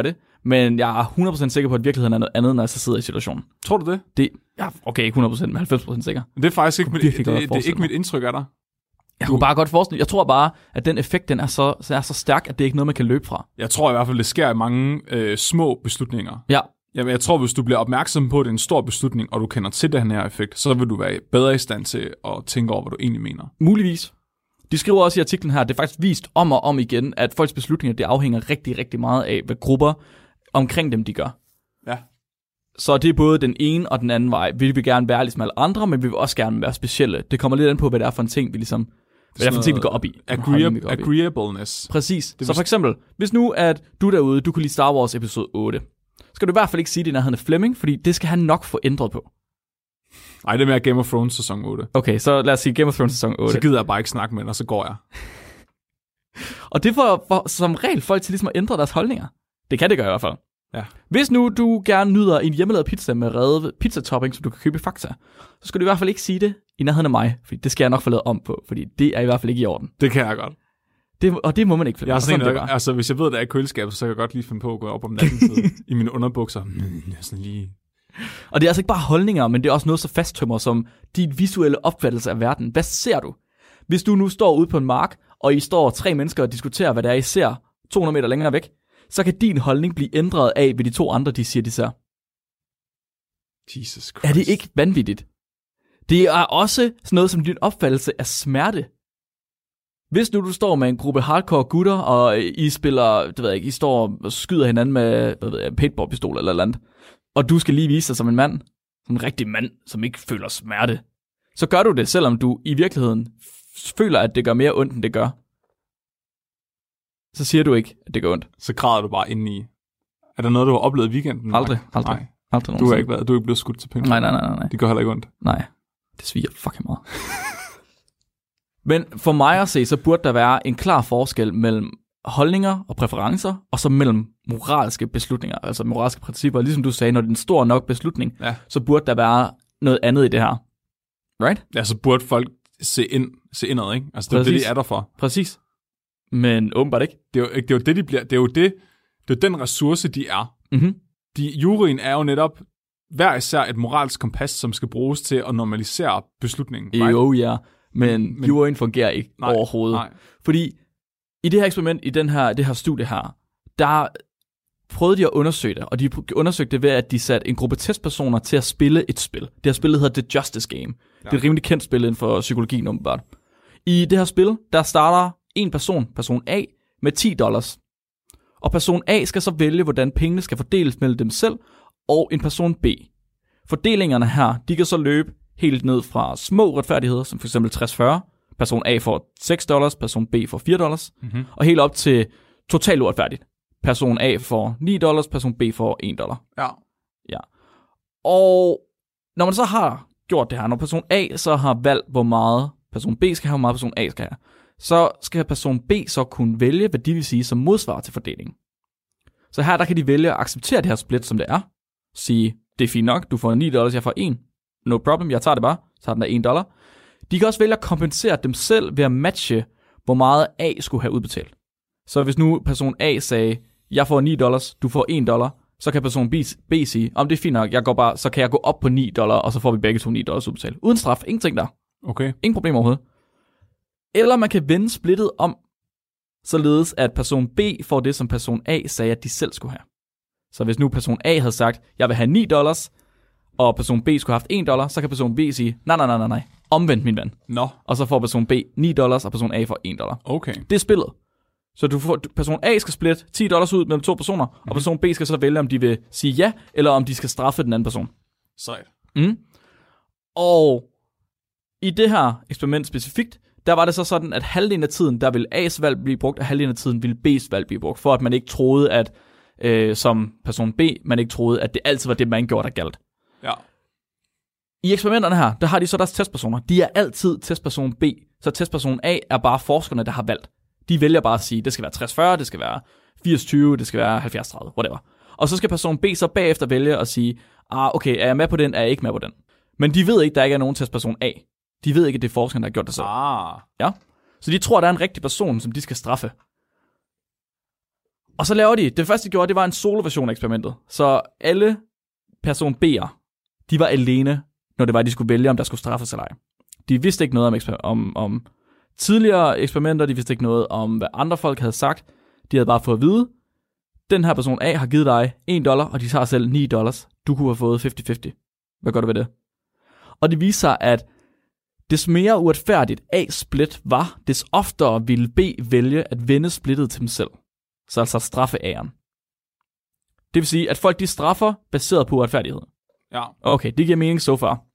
Men jeg er 100% sikker på, at virkeligheden er noget andet, når jeg så sidder i situationen. Tror du det? Ja, okay, ikke 100%, men 90% sikker. Det er faktisk ikke det er ikke mit indtryk af dig. Jeg kunne bare godt forestille. Jeg tror bare, at den effekt, den er så stærk, at det er ikke noget, man kan løbe fra. Jeg tror i hvert fald, det sker i mange små beslutninger. Ja. Jamen, jeg tror, hvis du bliver opmærksom på, at det er en stor beslutning, og du kender til den her effekt, så vil du være bedre i stand til at tænke over, hvad du egentlig mener. Muligvis. De skriver også i artiklen her, at det er faktisk vist om og om igen, at folks beslutninger, det afhænger rigtig, rigtig meget af, hvad grupper omkring dem, de gør. Ja. Så det er både den ene og den anden vej. Vi vil gerne være ligesom alle andre, men vi vil også gerne være specielle. Det kommer lidt an på, hvad det er for en ting, vi ligesom... Hvad det er for en ting, vi går op i. Agreeableness. Præcis. Så for eksempel, hvis nu at du derude, du kunne lide Star Wars episode 8, skal du i hvert fald ikke sige, at han er Fleming, fordi det skal han nok få ændret på. Nej, det er mere Game of Thrones sæson 8. Okay, så lad os sige Game of Thrones sæson 8. Så gider jeg bare ikke snakke med dig, og så går jeg. Og det får som regel folk til ligesom at ændre deres holdninger. Det kan det gøre i hvert fald. Ja. Hvis nu du gerne nyder en hjemmelavet pizza med reddet pizzatopping, som du kan købe i Fakta, så skal du i hvert fald ikke sige det i nærheden af mig, fordi det skal jeg nok få lavet om på, fordi det er i hvert fald ikke i orden. Det kan jeg godt. Og det må man ikke. Jeg er sådan altså, hvis jeg ved, at der er i køleskabet, så kan jeg godt lige finde på at gå op om natten i mine underbukser. Sådan lige... Og det er altså ikke bare holdninger, men det er også noget så fasttømmer som din visuelle opfattelse af verden. Hvad ser du? Hvis du nu står ude på en mark, og I står 3 mennesker og diskuterer, hvad det er, I ser 200 meter længere væk, så kan din holdning blive ændret af, hvad de 2 andre, de siger, de ser. Jesus Christ. Er det ikke vanvittigt? Det er også sådan noget som din opfattelse af smerte. Hvis nu du står med en gruppe hardcore gutter, og I spiller, det ved jeg ikke, I står og skyder hinanden med, paintball-pistol eller andet, og du skal lige vise dig som en mand, som en rigtig mand, som ikke føler smerte, så gør du det, selvom du i virkeligheden føler, at det gør mere ondt, end det gør. Så siger du ikke, at det gør ondt. Så græder du bare indeni. Er der noget, du har oplevet i weekenden? Aldrig. Du er ikke blevet skudt til penge. Nej. Det gør heller ikke ondt. Nej, det sviger fucking meget. Men for mig at se, så burde der være en klar forskel mellem holdninger og præferencer, og så mellem moralske beslutninger, altså moralske principper. Ligesom du sagde, når det er en stor nok beslutning, så burde der være noget andet i det her. Right? Ja, så burde folk se indad, ikke? Altså det er det, de er der for. Præcis. Men åbenbart ikke. Det er jo det, de bliver. Det er jo den ressource, de er. Mm-hmm. Juryen er jo netop hver især et moralsk kompas, som skal bruges til at normalisere beslutningen. Right? Jo, ja. Men juryen fungerer ikke overhovedet. Nej. Fordi i det her eksperiment, i det her studie her, der prøvede de at undersøge det, og de undersøgte det ved, at de satte en gruppe testpersoner til at spille et spil. Det her spil hedder The Justice Game. Ja. Det er et rimelig kendt spil inden for psykologien, åbenbart. I det her spil, der starter en person A, med $10. Og person A skal så vælge, hvordan pengene skal fordeles mellem dem selv og en person B. Fordelingerne her, de kan så løbe helt ned fra små retfærdigheder, som f.eks. 60-40. Person A får $6, person B får $4, mm-hmm. og helt op til totalt uretfærdigt. Person A får $9, person B får $1. Ja. Og når man så har gjort det her, når person A så har valgt, hvor meget person B skal have, hvor meget person A skal have, så skal person B så kunne vælge, hvad de vil sige som modsvar til fordelingen. Så her der kan de vælge at acceptere det her split, som det er. Sige, det er fint nok, du får $9, jeg får 1. No problem, jeg tager det bare. Tager den der $1. De kan også vælge at kompensere dem selv ved at matche, hvor meget A skulle have udbetalt. Så hvis nu person A sagde, jeg får $9, du får $1, så kan person B sige, om det er fint nok, så kan jeg gå op på $9, og så får vi begge to $9 udbetalt. Uden straf, ingenting der. Okay. Ingen problem overhovedet. Eller man kan vende splittet om, således at person B får det, som person A sagde, at de selv skulle have. Så hvis nu person A havde sagt, jeg vil have $9, og person B skulle have haft $1, så kan person B sige, nej, omvendt min ven. No. Og så får person B $9, og person A får $1. Okay. Det er spillet. Så person A skal splitte $10 ud mellem 2 personer, og person B skal så vælge, om de vil sige ja, eller om de skal straffe den anden person. Sejt. Og i det her eksperiment specifikt, der var det så sådan, at halvdelen af tiden, der ville A's valg blive brugt, og halvdelen af tiden ville B's valg blive brugt, for at man ikke troede, at som person B, man ikke troede, at det altid var det, man gjorde, der galt. Ja. I eksperimenterne her, der har de så deres testpersoner. De er altid testperson B, så testperson A er bare forskerne, der har valgt. De vælger bare at sige, det skal være 60-40, det skal være 80-20, det skal være 70-30, whatever. Og så skal person B så bagefter vælge at sige, okay, er jeg med på den, er jeg ikke med på den. Men de ved ikke, der ikke er nogen testperson A. De ved ikke, at det er forskerne, der har gjort det selv. Ja. Så de tror, at der er en rigtig person, som de skal straffe. Og så laver det første, de gjorde, det var en solo-version af eksperimentet. Så alle person B'er, de var alene, når det var, de skulle vælge, om der skulle straffes eller ej. De vidste ikke noget om tidligere eksperimenter, de vidste ikke noget om, hvad andre folk havde sagt. De havde bare fået at vide, den her person A har givet dig $1, og de tager selv $9. Du kunne have fået 50-50. Hvad gør du ved det? Og det viser sig, at des mere uretfærdigt A-split var, des oftere ville B vælge at vende splittet til dem selv. Så altså straffe A'eren. Det vil sige, at folk de straffer baseret på uretfærdighed. Ja. Okay, det giver mening so far.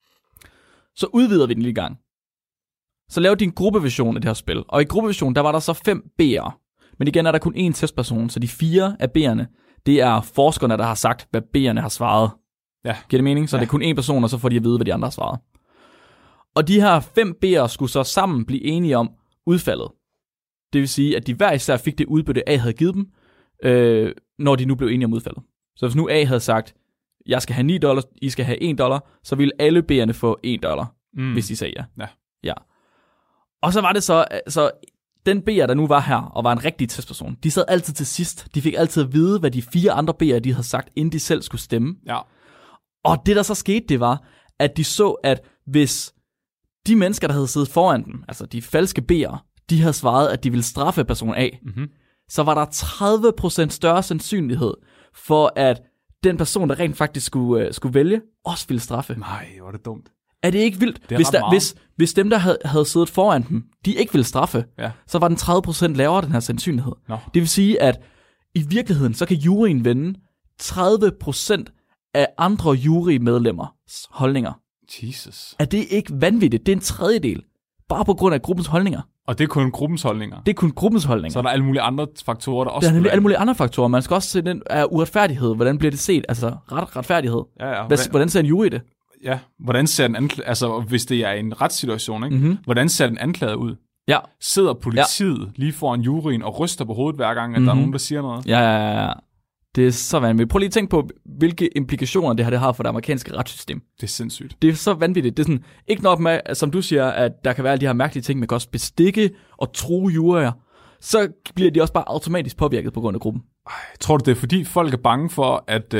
Så udvider vi den lige gang. Så laver de en gruppeversion af det her spil. Og i gruppeversionen, der var der så 5 B'ere. Men igen er der kun én testperson, så de 4 af B'erne, det er forskerne, der har sagt, hvad B'erne har svaret. Ja. Giver det mening? Så det er kun én person, og så får de at vide, hvad de andre har svaret. Og de her 5 B'ere skulle så sammen blive enige om udfaldet. Det vil sige, at de hver især fik det udbytte, A havde givet dem, når de nu blev enige om udfaldet. Så hvis nu A havde sagt, jeg skal have $9, I skal have $1, så ville alle B'erne få $1, hvis de sagde ja. Ja. Og så var det så den B'er, der nu var her, og var en rigtig testperson, de sad altid til sidst. De fik altid at vide, hvad de 4 andre B'er, de havde sagt, inden de selv skulle stemme. Ja. Og det, der så skete, det var, at de så, at hvis de mennesker, der havde siddet foran dem, altså de falske B'er, de havde svaret, at de ville straffe person A, så var der 30% større sandsynlighed for, at den person, der rent faktisk skulle vælge, også ville straffe. Nej, hvor er det dumt. Er det ikke vildt? Hvis dem, der havde siddet foran dem, de ikke ville straffe, så var den 30% lavere, den her sandsynlighed. No. Det vil sige, at i virkeligheden, så kan juryen vende 30% af andre jurymedlemmers holdninger. Jesus. Er det ikke vanvittigt? Det er en tredjedel. Bare på grund af gruppens holdninger. Og det er kun gruppens holdninger? Det er kun gruppens holdninger. Så er der alle mulige andre faktorer, der også... Der er alle mulige andre faktorer. Man skal også se den af uretfærdighed. Hvordan bliver det set? Altså retfærdighed. Ja. Hvordan ser en jury det? Ja, hvordan ser den altså hvis det er en retssituation, ikke? Hvordan ser den anklaget ud? Ja. Sidder politiet lige foran juryen og ryster på hovedet hver gang, at der er nogen, der siger noget? Ja. Det er så vanvittigt. Prøv lige at tænke på, hvilke implikationer det har for det amerikanske retssystem. Det er sindssygt. Det er så vanvittigt. Det er sådan, ikke nok med, som du siger, at der kan være alle de her mærkelige ting, man kan også bestikke og true juryer, så bliver de også bare automatisk påvirket på grund af gruppen. Tror du, det er fordi folk er bange for,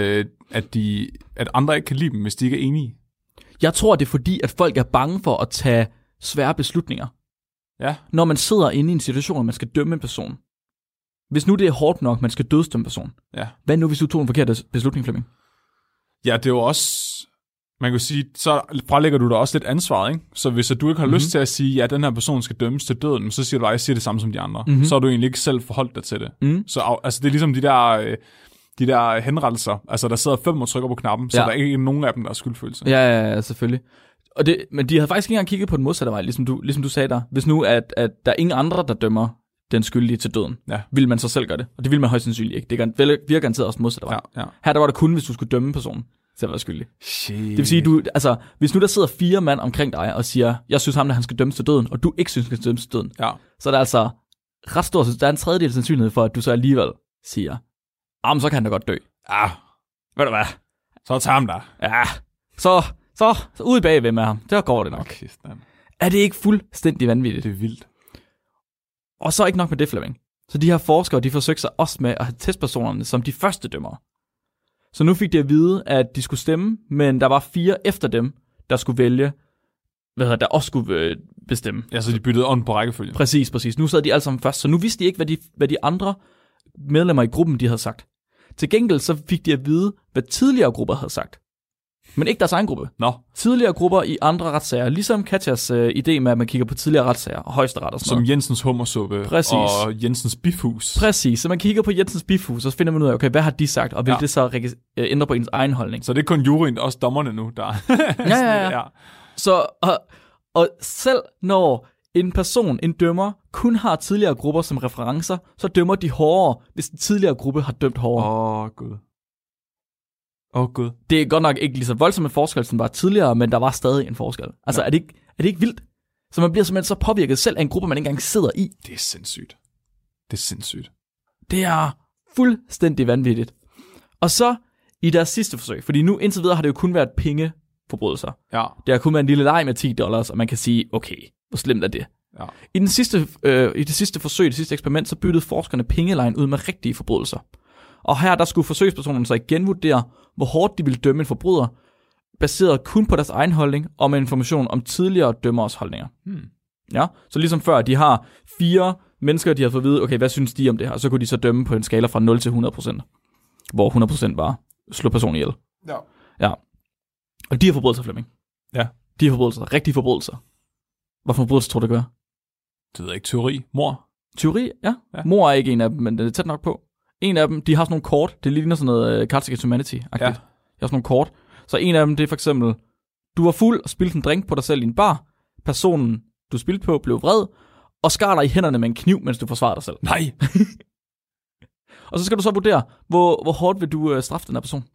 at andre ikke kan lide dem, hvis de ikke er enige? Jeg tror, det er fordi, at folk er bange for at tage svære beslutninger. Ja. Når man sidder inde i en situation, hvor man skal dømme en person. Hvis nu det er hårdt nok, man skal dødsdømme en person. Ja. Hvad nu, hvis du tog en forkert beslutning, Flemming? Ja, det er jo også... Man kan sige, så frelægger du da også lidt ansvaret, ikke? Så hvis du ikke har lyst til at sige, ja, den her person skal dømmes til døden, så siger du, at jeg siger det samme som de andre. Så har du egentlig ikke selv forholdt dig til det. Så altså, det er ligesom de der henrettelser. Altså, der sidder 5 og trykker på knappen, så der er ikke nogen af dem, der er skyldfølelse. Ja, selvfølgelig. Men de havde faktisk ikke engang kigget på den modsatte vej, ligesom du sagde der. Hvis nu, at der er ingen andre, der dømmer den skyldige til døden, vil man så selv gøre det. Og det vil man højst sandsynligt ikke. Det virker garanteret også modsatte vej. Ja. Her der var det kun, hvis du skulle dømme personen til at være skyldig. Shit. Det vil sige, hvis nu der sidder 4 mand omkring dig og siger, jeg synes ham, at han skal dømmes til døden, og du ikke synes, han skal dømmes til døden, så er der altså ret stort, der er en tredjedel sandsynlighed for, at du så alligevel siger, men så kan han da godt dø. Ja. Ved du hvad? Så tager ham der. Ja. Så ude bagved med ham. Der går det nok. Okay, er det ikke fuldstændig vanvittigt? Det er vildt. Og så ikke nok med det, Flemming. Så de her forskere, de forsøgte sig også med at have testpersonerne som de første dømmere. Så nu fik de at vide, at de skulle stemme, men der var 4 efter dem, der skulle vælge, der også skulle bestemme. Ja, så de byttede on på rækkefølge. Præcis. Nu sad de alle sammen først, så nu vidste de ikke, hvad de andre medlemmer i gruppen, de havde sagt. Til gengæld så fik de at vide, hvad tidligere grupper havde sagt. Men ikke deres egen gruppe. Tidligere grupper i andre retssager, ligesom Katjas idé med, at man kigger på tidligere retssager og højesteret og sådan noget. Som Jensens hummersuppe og Jensens bifhus. Præcis, så man kigger på Jensens bifhus, og så finder man ud af, okay, hvad har de sagt, og vil det så ændre på ens egen holdning. Så det er kun juryen, også dommerne nu, der ja. Så, og selv når en dømmer, kun har tidligere grupper som referencer, så dømmer de hårdere, hvis den tidligere gruppe har dømt hårdere. Gud. Det er godt nok ikke lige så voldsom en forskel, som var tidligere, men der var stadig en forskel. Altså, er det ikke vildt? Så man bliver simpelthen så påvirket selv af en gruppe, man ikke engang sidder i. Det er sindssygt. Det er fuldstændig vanvittigt. Og så i deres sidste forsøg, fordi nu indtil videre har det jo kun været pengeforbrydelser. Ja. Det har kun været en lille leg med $10, og man kan sige, okay, hvor slemt er det? Ja. I det sidste forsøg, det sidste eksperiment, så byttede forskerne pengelejen ud med rigtige forbrydelser. Og her der skulle forsøgspersonerne så igen vurdere, hvor hårdt de ville dømme en forbryder, baseret kun på deres egen holdning og med information om tidligere dømmeres holdninger. Ja, så ligesom før, de har 4 mennesker, de har fået at vide, okay, hvad synes de om det her? Og så kunne de så dømme på en skala fra 0 til 100%, hvor 100% var slå personen ihjel. Ja. Og de har forbrydelser, Flemming. Ja. De har forbrydelser, rigtige forbrydelser. Hvorfor forbrydelser tror du, det gør? Det ved jeg ikke. Teori. Mor. Teori, ja. Mor er ikke en af dem, men det er tæt nok på. En af dem, de har sådan nogle kort. Det ligner sådan noget Cards Against Humanity-agtigt. Ja. De har sådan nogle kort. Så en af dem, det er for eksempel, du var fuld og spildte en drink på dig selv i en bar. Personen, du spildte på, blev vred og skar dig i hænderne med en kniv, mens du forsvarede dig selv. Nej. Og så skal du så vurdere, hvor hårdt vil du straffe den her person.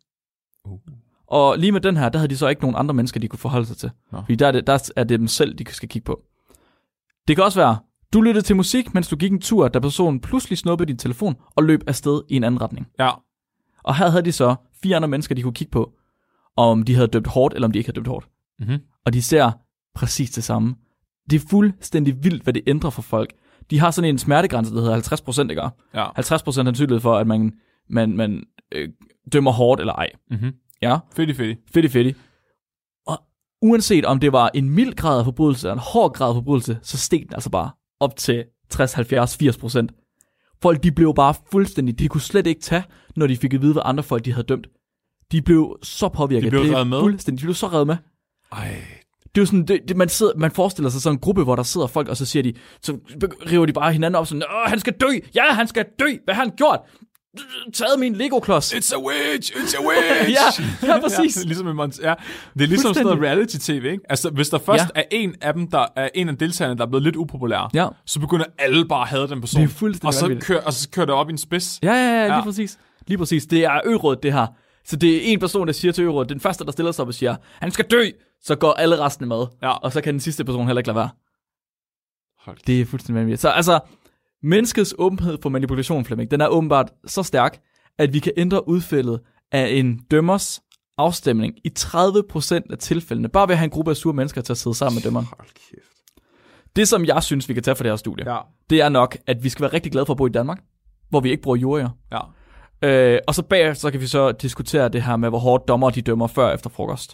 Og lige med den her, der havde de så ikke nogen andre mennesker, de kunne forholde sig til. Fordi der er det dem selv, de skal kigge på. Det kan også være, du lyttede til musik, mens du gik en tur, da personen pludselig snuppede din telefon og løb afsted i en anden retning. Ja. Og her havde de så 4 andre mennesker, de kunne kigge på, om de havde dømt hårdt, eller om de ikke havde dømt hårdt. Og de ser præcis det samme. Det er fuldstændig vildt, hvad det ændrer for folk. De har sådan en smertegrænse, der hedder 50%, ikke? Ja. 50% sandsynlighed for, at man dømmer hårdt eller ej. Ja. Fedt. Og uanset om det var en mild grad af forbrydelse eller en hård grad af forbrydelse, så steg den altså bare op til 60, 70, 80%. Folk, de blev bare fuldstændig, de kunne slet ikke tage, når de fik at vide, hvad andre folk, de havde dømt. De blev så påvirket. De blev revet med? De blev så revet med. Ej. Det er jo sådan, man forestiller sig sådan en gruppe, hvor der sidder folk, og så siger de, så river de bare hinanden op sådan, han skal dø, ja, han skal dø, hvad har han gjort? Taget min Lego-klods. It's a witch. ja, præcis. Det er ligesom sådan noget reality-tv, ikke? Altså, hvis der først er en af dem, der er en af deltagerne, der er blevet lidt upopulær, så begynder alle bare at hade den person. Det er fuldstændig og så kører det op i en spids. Ja, lige præcis. Det er ø-rådet, det her. Så det er en person, der siger til ø-rådet, den første, der stiller sig op og siger, han skal dø, så går alle resten med. Ja. Og så kan den sidste person heller ikke lade være. Det er fuldstændig vanvittigt. Så altså, menneskets åbenhed for manipulation, Flemming, den er åbenbart så stærk, at vi kan ændre udfaldet af en dømmers afstemning i 30% af tilfældene, bare ved at have en gruppe af sure mennesker til at sidde sammen med dømmeren. Det, som jeg synes, vi kan tage fra det her studie, det er nok, at vi skal være rigtig glade for at bo i Danmark, hvor vi ikke bruger jurier. Ja. Og så bagefter så kan vi så diskutere det her med, hvor hårdt dommer de dømmer før og efter frokost.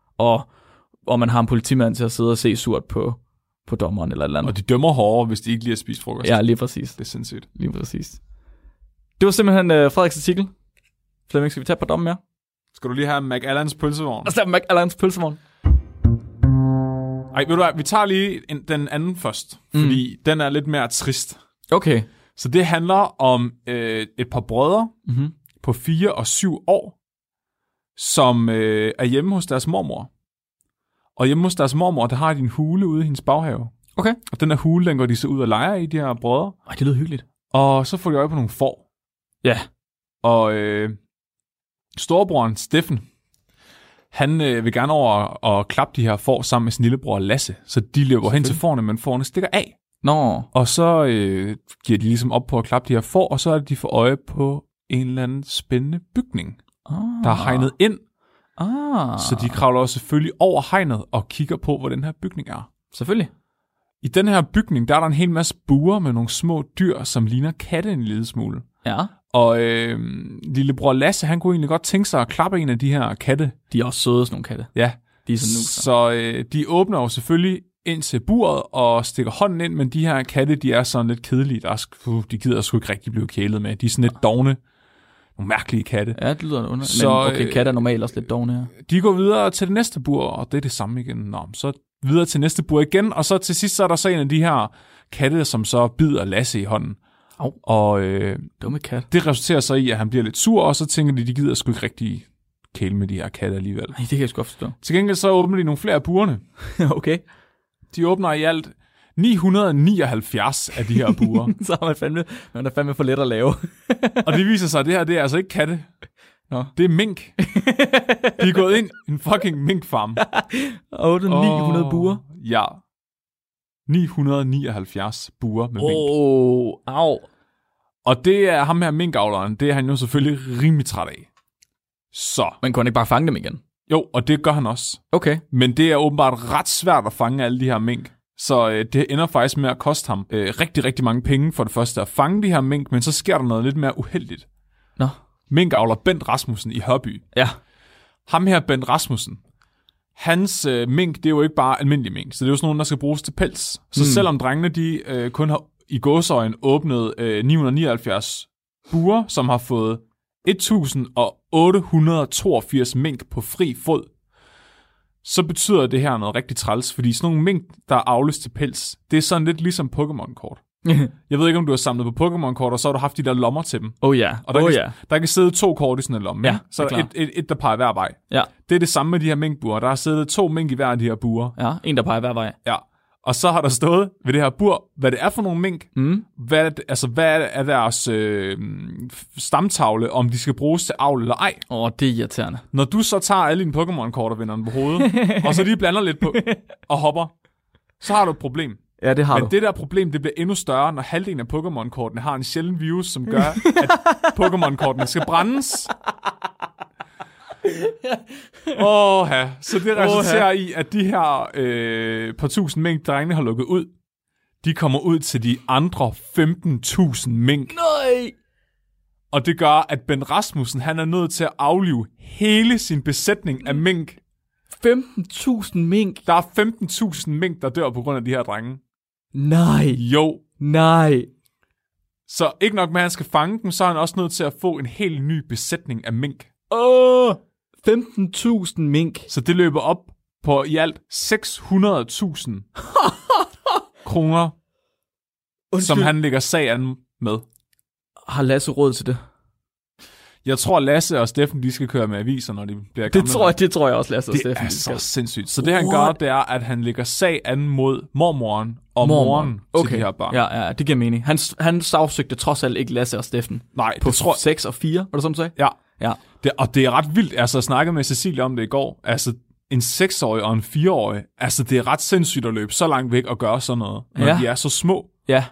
Og man har en politimand til at sidde og se surt på dommeren eller et eller andet. Og de dømmer hårdere, hvis de ikke lige har spist frokost. Ja, lige præcis. Det er sindssygt. Lige præcis. Det var simpelthen Frederiks artikel. Flemming, skal vi tage på dommen mere? Skal du lige have McAllans pølsevogn? Og så McAllans pølsevogn. Ej, ved du hvad, vi tager lige den anden først, fordi den er lidt mere trist. Okay. Så det handler om et par brødre på 4 og 7 år, som er hjemme hos deres mormor. Og hjemme hos deres mormor, der har de en hule ude i hendes baghave. Okay. Og den her hule, den går de så ud og leger i, de her brødre. Ej, det lyder hyggeligt. Og så får de øje på nogle får. Ja. Og storebroren Steffen, han vil gerne over og klappe de her får sammen med sin lillebror Lasse. Så de løber hen til fårene, men fårene stikker af. Nå. Og så giver de ligesom op på at klappe de her får, og så er de for øje på en eller anden spændende bygning, der er hegnet ind. Så de kravler selvfølgelig over hegnet og kigger på, hvor den her bygning er. Selvfølgelig. I den her bygning, der er der en hel masse buer med nogle små dyr, som ligner katte en lille smule. Ja. Og lillebror Lasse, han kunne egentlig godt tænke sig at klappe en af de her katte. De er også søde, sådan nogle katte. Ja. De er så de åbner jo selvfølgelig ind til buret og stikker hånden ind, men de her katte, de er sådan lidt kedelige. De gider sgu ikke rigtig blive kælet med. De er sådan lidt dovne. Nogle mærkelige katte. Ja, det lyder underligt. Men okay, katte er normalt også lidt dovne her. De går videre til det næste bur, og det er det samme igen. Nå, så videre til næste bur igen, og så til sidst så er der så en af de her katte, som så bider Lasse i hånden. Og dumme kat. Det resulterer så i, at han bliver lidt sur, og så tænker de gider sgu ikke rigtig kæle med de her katte alligevel. Nej, det kan jeg sgu godt forstå. Til gengæld så åbner de nogle flere af burene. Okay. De åbner i alt 979 af de her buer. Så er man er fandme for let at lave. Og det viser sig, at det her, det er altså ikke katte. Nå. Det er mink. De er gået ind i en fucking minkfarm. 900 buer? Ja. 979 buer med mink. Au. Og det er ham her minkavleren, det er han jo selvfølgelig rimelig træt af. Så. Men kunne han ikke bare fange dem igen? Jo, og det gør han også. Okay. Men det er åbenbart ret svært at fange alle de her mink. Så det ender faktisk med at koste ham rigtig, rigtig mange penge for det første at fange de her mink, men så sker der noget lidt mere uheldigt. Nå. Minkavler Bent Rasmussen i Hørby. Ja. Ham her, Bent Rasmussen, hans mink, det er jo ikke bare almindelig mink, så det er jo sådan nogle, der skal bruges til pels. Så selvom drengene, de kun har i gåseøjne åbnet 979 buer, som har fået 1882 mink på fri fod, så betyder det her noget rigtig træls, fordi sådan nogle mink, der avles til pels, det er sådan lidt ligesom Pokémon-kort. Jeg ved ikke, om du har samlet på Pokémon-kort, og så har du haft de der lommer til dem. Ja. Og der kan sidde 2 kort i sådan en lomme. Ja, så er der et, der peger hver vej. Ja. Det er det samme med de her minkbuer. Der har siddet 2 mink i hver af de her buer. Ja, en der peger hver vej. Ja. Og så har der stået ved det her bur, hvad det er for nogle mink, hvad er deres stamtavle, om de skal bruges til avl eller ej. Det er irriterende. Når du så tager alle dine Pokémon-kort og vender den på hovedet, og så lige blander lidt på og hopper, så har du et problem. Ja, det har du. Men det der problem, det bliver endnu større, når halvdelen af Pokémon-kortene har en sjælden virus, som gør, at Pokémon-kortene skal brændes. Så det resulterer i, at de her par tusind mink, drengene har lukket ud, de kommer ud til de andre 15.000 mink. Nej! Og det gør, at Bent Rasmussen, han er nødt til at aflive hele sin besætning af mink. 15.000 mink? Der er 15.000 mink, der dør på grund af de her drenge. Nej. Jo. Nej. Så ikke nok med, at han skal fange dem, så er han også nødt til at få en helt ny besætning af mink. 15.000 mink. Så det løber op på i alt 600.000 kroner, som han lægger sag an med. Har Lasse råd til det? Jeg tror, Lasse og Steffen, de skal køre med aviser, når de bliver gamle. Det tror jeg også, Lasse og Steffen. Det er så sindssygt. Så det han gør, det er, at han lægger sag an mod mormoren og moren til de her børn. Ja, det giver mening. Han sagsøgte trods alt ikke Lasse og Steffen. Nej, på 6 og 4, var det sådan, du sagde? Ja. Og det er ret vildt. Altså, jeg snakkede med Cecilie om det i går. Altså, en 6-årig og en 4-årig. Altså, det er ret sindssygt at løbe så langt væk og gøre sådan noget, når de er så små. Ja.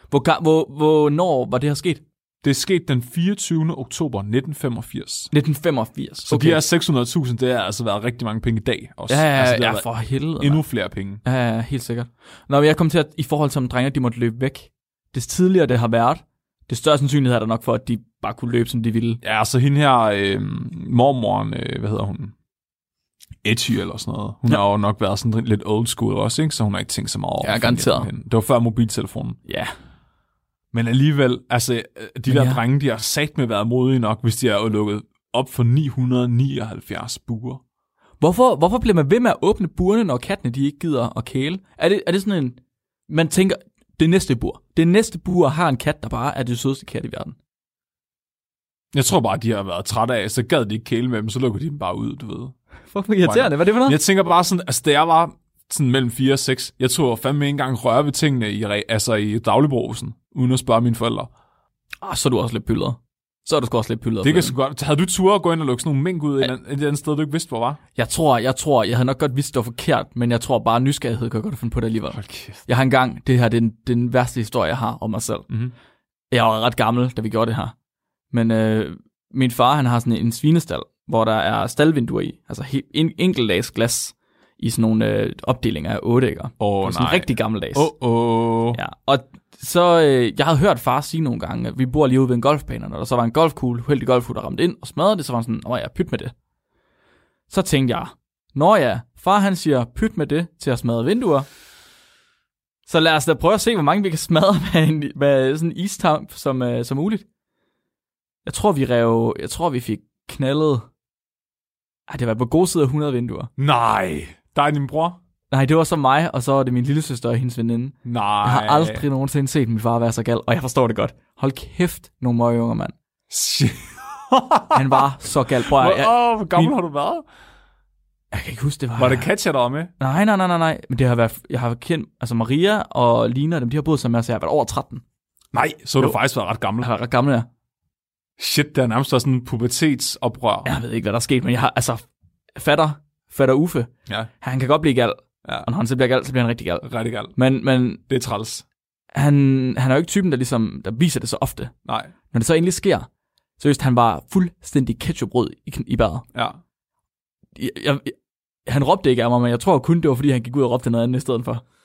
Hvornår var det her sket? Det er sket den 24. oktober 1985. 1985. Så de her 600.000, det har altså været rigtig mange penge i dag også. Ja, for helvede. Endnu flere penge. Ja, helt sikkert. Nå, men jeg kom til at, i forhold til om drenge, de måtte løbe væk. Des tidligere det har været, det større sandsynlighed er der nok for, at de bare kunne løbe, som de ville. Ja, altså hende her, mormoren, hvad hedder hun? Etty eller sådan noget. Hun har jo nok været sådan lidt old school også, ikke? Så hun har ikke tænkt så meget over. Ja, garanteret. Det var før mobiltelefonen. Ja. Men alligevel, altså, de der drenge, de har sagt med været modige nok, hvis de er lukket op for 979 buer. Hvorfor bliver man ved med at åbne burene, når kattene de ikke gider at kæle? Er det sådan en... Man tænker, det næste bur har en kat, der bare er det sødeste kat i verden. Jeg tror bare, de har været trætte af, så gad de ikke kæle med dem, så lukker de dem bare ud, du ved. Hvorfor irriterende? Hvad er det for noget? Jeg tænker bare sådan, altså da jeg var sådan mellem 4 og 6, jeg tror fandme ikke engang røre ved tingene i dagligbrusen, uden at spørge mine forældre. Så er du også lidt pyldet. Så er du sgu også lidt pyldet. Det kan sgu godt. Havde du tur at gå ind og lukke sådan nogle mink ud et andet sted, du ikke vidste, hvor var? Jeg tror, jeg havde nok godt vidst, det var forkert, men jeg tror bare, nysgerrighed kan jeg godt finde på det alligevel. Okay. Jeg har engang, det her det er den værste historie, jeg har om mig selv. Mm-hmm. Jeg var ret gammel, da vi gjorde det her. Men min far, han har sådan en svinestald, hvor der er staldvinduer i, altså enkeltdags glas i sådan nogle opdelinger af 8 ægger. Sådan rigtig gammeldags. Ja, og så, jeg havde hørt far sige nogle gange, at vi bor lige ude ved en golfbane, og når der så var en golfkugle, heldig golfkugle, der ramte ind og smadrede det, så var han sådan, pyt med det. Så tænkte jeg, far han siger, pyt med det til at smadre vinduer. Så lad os da prøve at se, hvor mange vi kan smadre med sådan en istamp som muligt. Jeg tror vi fik knaldet, det var på gode side af 100 vinduer. Nej, der er din bror? Nej, det var så mig, og så var det min lillesøster og hendes veninde. Nej. Jeg har aldrig nogensinde set min far være så gal, og jeg forstår det godt. Hold kæft, nogle møgunger, mand. Han var så gal. Hvor gammel har du været? Jeg kan ikke huske, det var... Var det Katja, der var med? Nej. Men det har været... Jeg har kendt... Altså Maria og Lina, de har boet sammen med, så jeg har været over 13. Nej, så har du faktisk været ret gammel. Jeg har været ret gammel, ja. Shit, der er nærmest sådan en pubertetsoprør. Jeg ved ikke, hvad der er sket, men jeg har... Altså, fatter Uffe. Ja. Han kan godt blive gal. Ja. Og når han så bliver gal, så bliver han rigtig gal. Rigtig gal. Men det er træls. Han er jo ikke typen, der viser det så ofte. Nej. Når det så endelig sker, så han var fuldstændig ketchuprød i badet. Ja. Han råbte ikke af mig, men jeg tror kun, det var, fordi han gik ud og råbte noget andet i stedet for.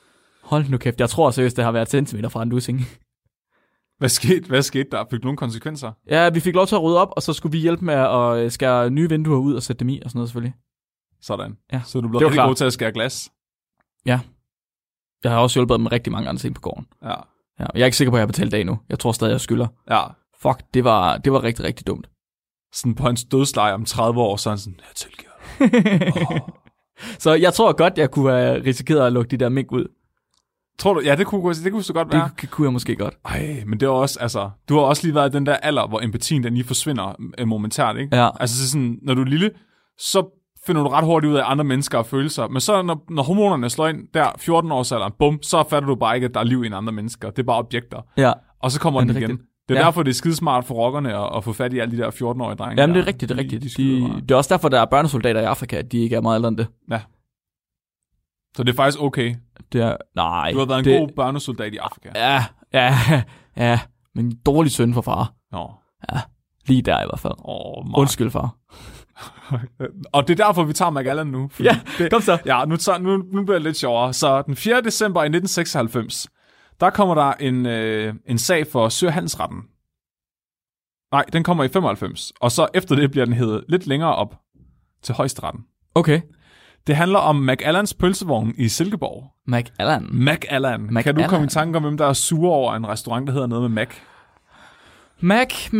Hold nu kæft, jeg tror seriøst, det har været centimeter fra en lussing. Hvad skete der? Fik du nogle konsekvenser? Ja, vi fik lov til at rydde op, og så skulle vi hjælpe med at skære nye vinduer ud og sætte dem i og sådan noget selvfølgelig. Sådan. Ja. Så du blev rigtig god til at skære glas? Ja. Jeg har også hjulpet med rigtig mange andre ting på gården. Ja. Ja. Jeg er ikke sikker på, at jeg har betalt det endnu. Jeg tror stadig, jeg skylder. Ja. Fuck, det var rigtig, rigtig dumt. Sådan på hans dødsleje om 30 år, så er han sådan, jeg tilgiver. Så jeg tror godt, jeg kunne have risikeret at lukke de der mink ud. Tror du? Ja, det kunne så godt være. Det kunne jeg måske godt. Ej, men det var også, altså, du har også lige været i den der alder, hvor empatien den lige forsvinder momentært, ikke? Ja. Altså så sådan, når du er lille, så finder du ret hurtigt ud af andre mennesker og følelser. Men så når hormonerne slår ind der 14 års alderen, bum, så fatter du bare ikke, at der er liv i en andre mennesker. Det er bare objekter. Ja. Og så kommer den igen. Rigtigt. Det er derfor, det er skidesmart for rockerne at få fat i alle de der 14-årige drenge. Jamen, det er rigtigt, det er rigtigt. Det er også derfor, der er børnesoldater i Afrika, at de ikke er meget ældre end det. Ja. Så det er faktisk okay. Det er, nej. Du har været en god børnesoldat i Afrika. Ja. Men en dårlig søn for far. Nå. Ja, lige der i hvert fald. Undskyld, far. Og det er derfor, vi tager McAllen nu. Ja, kom så. Ja, nu bliver det lidt sjovere. Så den 4. december i 1996, der kommer der en sag for Søhandelsretten. Nej, den kommer i 95. Og så efter det bliver den heddet lidt længere op til Højesteretten. Okay. Det handler om McAllens pølsevogn i Silkeborg. McAllen. Kan du komme i tanke om, hvem der er sure over en restaurant, der hedder noget med Mac? Mac.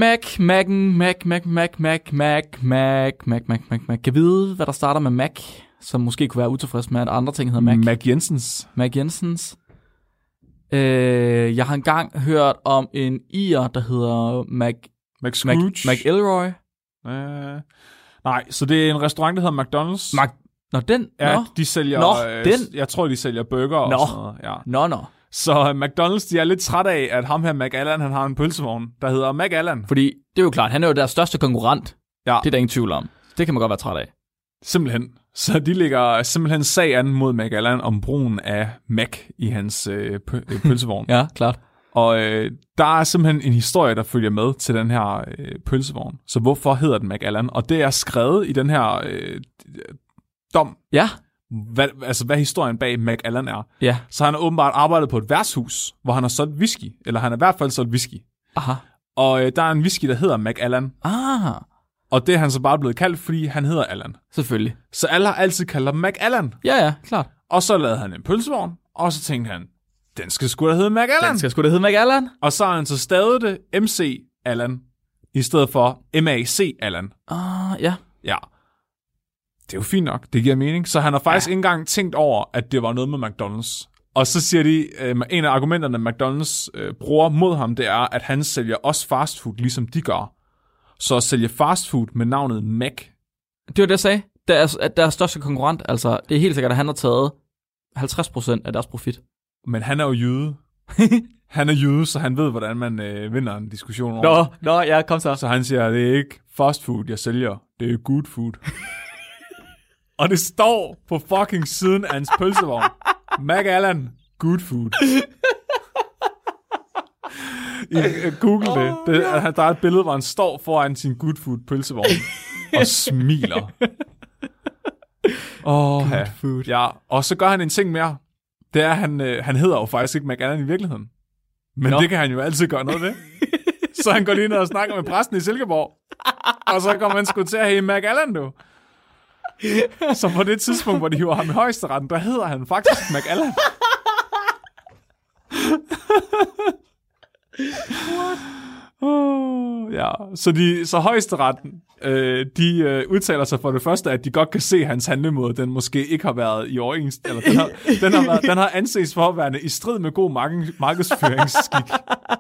Kan vide, hvad der starter med Mac, som måske kunne være utilfreds med, at andre ting hedder Mac. Mac Jensens. Jeg har engang hørt om en irer, der hedder McElroy. Nej, så det er en restaurant, der hedder McDonald's. De sælger... Jeg tror, de sælger burger og sådan noget. Ja. Så McDonald's, de er lidt træt af, at ham her McAllen, han har en pølsevogn, der hedder McAllen. Fordi det er jo klart, han er jo deres største konkurrent. Ja. Det er der ingen tvivl om. Det kan man godt være træt af. Simpelthen. Så de lægger simpelthen sag an mod McAllen om brugen af Mac i hans pølsevogn. Ja, klart. Og der er simpelthen en historie, der følger med til den her pølsevogn. Så hvorfor hedder den McAllen? Og det er skrevet i den her dom. Ja. Hvad historien bag McAllen er. Ja. Så han har åbenbart arbejdet på et værtshus, hvor han har solgt whisky. Eller han har i hvert fald solgt whisky. Aha. Og der er en whisky, der hedder McAllen. Og det er han så bare blevet kaldt, fordi han hedder Allan. Selvfølgelig. Så alle har altid kaldt ham McAllen. Ja, klart. Og så lavede han en pølsevogn, og så tænkte han, den skal sgu da hedde McAllen. Og så har han så stavet det MC Allan, i stedet for MAC Allan. Ja. Ja. Det er jo fint nok, det giver mening. Så han har faktisk ikke engang tænkt over, at det var noget med McDonald's. Og så siger de, en af argumenterne, McDonald's bruger mod ham, det er, at han sælger også fastfood, ligesom de gør. Så at sælge fastfood med navnet Mac. Det var det, jeg sagde. Deres største konkurrent, altså, det er helt sikkert, at han har taget 50% af deres profit. Men han er jo jøde. Han er jøde, så han ved, hvordan man vinder en diskussion over. Nå, ja, kom så. Så han siger, det er ikke fastfood, jeg sælger. Det er good food. Og det står på fucking siden af hans pølsevogn. McAllen, good food. Google det. Der er et billede, hvor han står foran sin good food pølsevogn og smiler. Good food. Ja, og så gør han en ting mere. Det er, han hedder jo faktisk ikke McAllen i virkeligheden. Men det kan han jo altid gøre noget ved. Så han går lige ned og snakker med præsten i Silkeborg. Og så kommer han sgu til at hedde McAllen, du. Så på det tidspunkt, hvor de hiver ham i Højesteretten, der hedder han faktisk McAllen. Ja, så Højesteretten, de udtaler sig for det første, at de godt kan se, at hans handlemåde, den måske ikke har været i overensstemmelse, eller den har anses for at være i strid med god markedsføringsskik.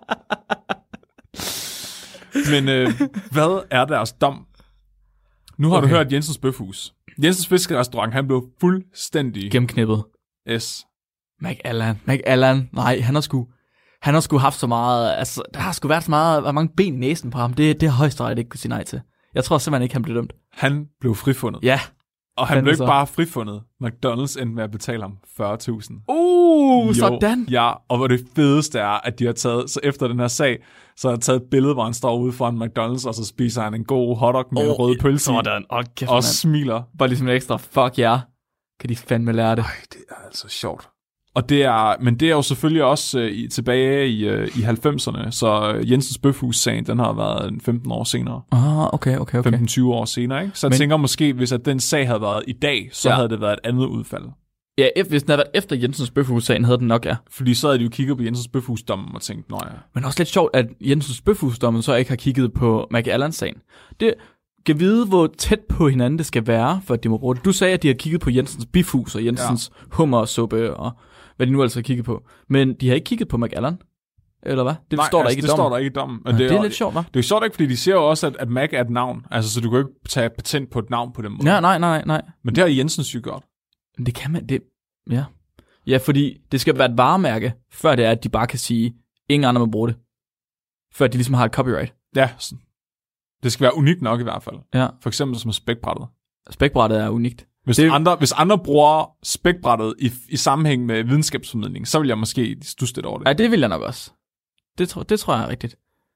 Men hvad er deres dom? Nu har du hørt Jensens Bøfhus. Jensens Fiskerestaurant, han blev fuldstændig gennemknippet. Yes. McAllen. Nej, han har sgu haft så meget, altså, der har sgu været så mange ben i næsen på ham. Det har Højesteret ikke kunne sige nej til. Jeg tror simpelthen ikke, han blev dømt. Han blev frifundet. Ja. Og han blev ikke bare frifundet. McDonald's endte med at betale ham 40.000. Sådan. Ja, og hvor det fedeste er, at de har taget, så efter den her sag, så har de taget et billede, hvor han står ude foran McDonald's, og så spiser han en god hotdog med en rød pølse sådan. Kæft, og smiler. Bare ligesom en ekstra, fuck ja. Kan de fandme lære det. Ej, det er altså sjovt. Og men det er jo selvfølgelig også tilbage i 90'erne, så Jensens Bøfhus-sagen, den har været 15 år senere. Okay. 15-20 år senere, ikke? Så jeg tænker måske, hvis at den sag havde været i dag, så havde det været et andet udfald. Ja, hvis den havde været efter Jensens Bøfhus-sagen, havde den nok, ja. Fordi så havde de jo kigget på Jensens Bøfhus-dommen og tænkt, nå ja. Men også lidt sjovt, at Jensens Bøfhus-dommen så ikke har kigget på McAllans-sagen. Det kan vide, hvor tæt på hinanden det skal være, for at de må bruge det. Du sagde, at de har kigget på Jensens Bifhus og Jensens hummersuppe og hvad de nu altså har kigget på. Men de har ikke kigget på McAllen, eller hvad? Det står der ikke i dommen. Det står der ikke i dommen. Det er lidt sjovt, hva'? Det er sjovt ikke, fordi de siger jo også, at Mac er et navn. Altså, så du kan jo ikke tage patent på et navn på den måde. Nej. Men det har Jensens jo gjort. Det kan man, det... Ja. Ja, fordi det skal være et varemærke, før det er, at de bare kan sige, ingen andre må bruge det. Før de ligesom har et copyright. Ja, det skal være unikt nok i hvert fald. Ja. For eksempel som spækbrættet. Spækbrættet er unikt. Hvis andre bruger spækbrættet i sammenhæng med videnskabsformidling, så vil jeg måske stusse lidt over det. Ja, det vil jeg nok også. Det tror jeg er rigtigt.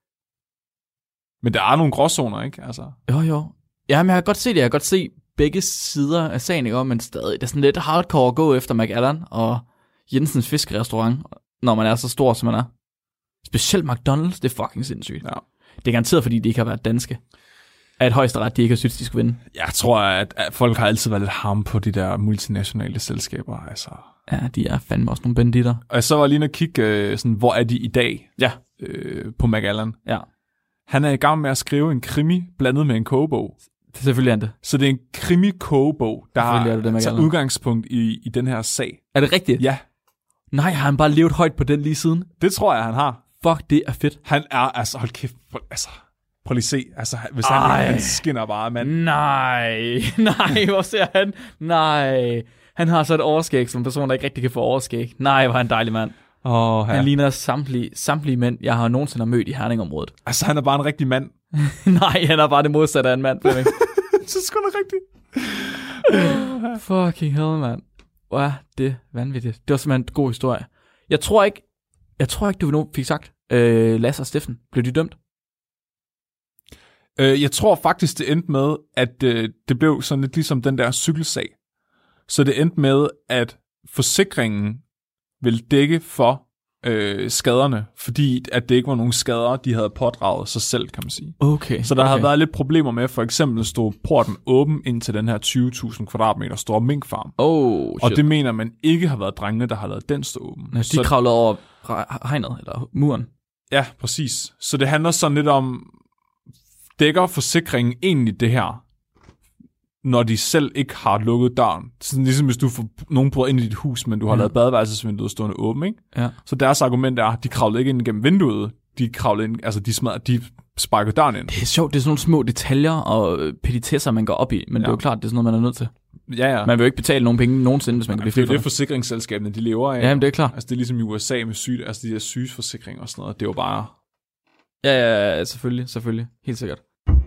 Men der er nogle gråzoner, ikke? Altså. Jo. Ja, men jeg kan godt se det. Jeg kan godt se begge sider af sagen, ikke? Men stadig. Det er sådan lidt hardcore at gå efter McAllen og Jensens Fiskerestaurant, når man er så stor, som man er. Specielt McDonald's, det er fucking sindssygt. Ja. Det er garanteret, fordi de ikke har været danske. At højesteret, de ikke har synes, de skulle vinde. Jeg tror, at folk har altid været lidt ham på de der multinationale selskaber. Altså. Ja, de er fandme også nogle banditter. Og så var jeg lige at kigge, sådan, hvor er de i dag på McAllen. Ja. Han er i gang med at skrive en krimi blandet med en kogebog. Selvfølgelig er det. Så det er en krimi-kogebog, der har taget udgangspunkt i den her sag. Er det rigtigt? Ja. Nej, har han bare levet højt på den lige siden? Det tror jeg, han har. Fuck, det er fedt. Han er, altså, hold kæft, altså, prøv lige at se, altså, hvis han skinner bare, mand. Nej, hvor ser han? Nej, han har så et overskæg, som en person, der ikke rigtig kan få overskæg. Nej, hvor er han dejlig mand. Han ligner samtlige mænd, jeg har nogensinde mødt i Herningområdet. Altså, han er bare en rigtig mand. Nej, han er bare det modsatte af en mand. Så sgu da rigtigt. Fucking hell, mand. Hvor er det vanvittigt. Det var simpelthen en god historie. Jeg tror ikke, du nu fik sagt, Lasse og Steffen, blev de dømt? Jeg tror faktisk, det endte med, at det blev sådan lidt ligesom den der cykelsag. Så det endte med, at forsikringen ville dække for skaderne, fordi at det ikke var nogen skader, de havde pådraget sig selv, kan man sige. Okay. Så der havde været lidt problemer med, for eksempel stod porten åben ind til den her 20.000 kvadratmeter store minkfarm. Og det mener man ikke har været drengene, der har lavet den stå åben. Ja, de kravlede over hegnet, eller muren. Ja, præcis. Så det handler sådan lidt om, dækker forsikringen egentlig det her, når de selv ikke har lukket døren. Sådan ligesom hvis du får nogen bryder ind i dit hus, men du har lavet badeværelsesvinduet stående åben, ikke? Ja. Så deres argument er, at de kravlede ikke ind gennem vinduet, de kravlede ind, altså de sparkede døren ind. Det er sjovt, det er sådan nogle små detaljer og petitesser, man går op i, men det er jo klart, det er sådan noget, man er nødt til. Ja. Man vil jo ikke betale nogen penge nogensinde, hvis man kan blive fri for det. Det er forsikringsselskaberne, de lever af. Ja, men det er klart. Altså det er ligesom i USA med altså de der sygeforsikringer og sådan noget, det er jo bare... Ja, selvfølgelig. Helt sikkert.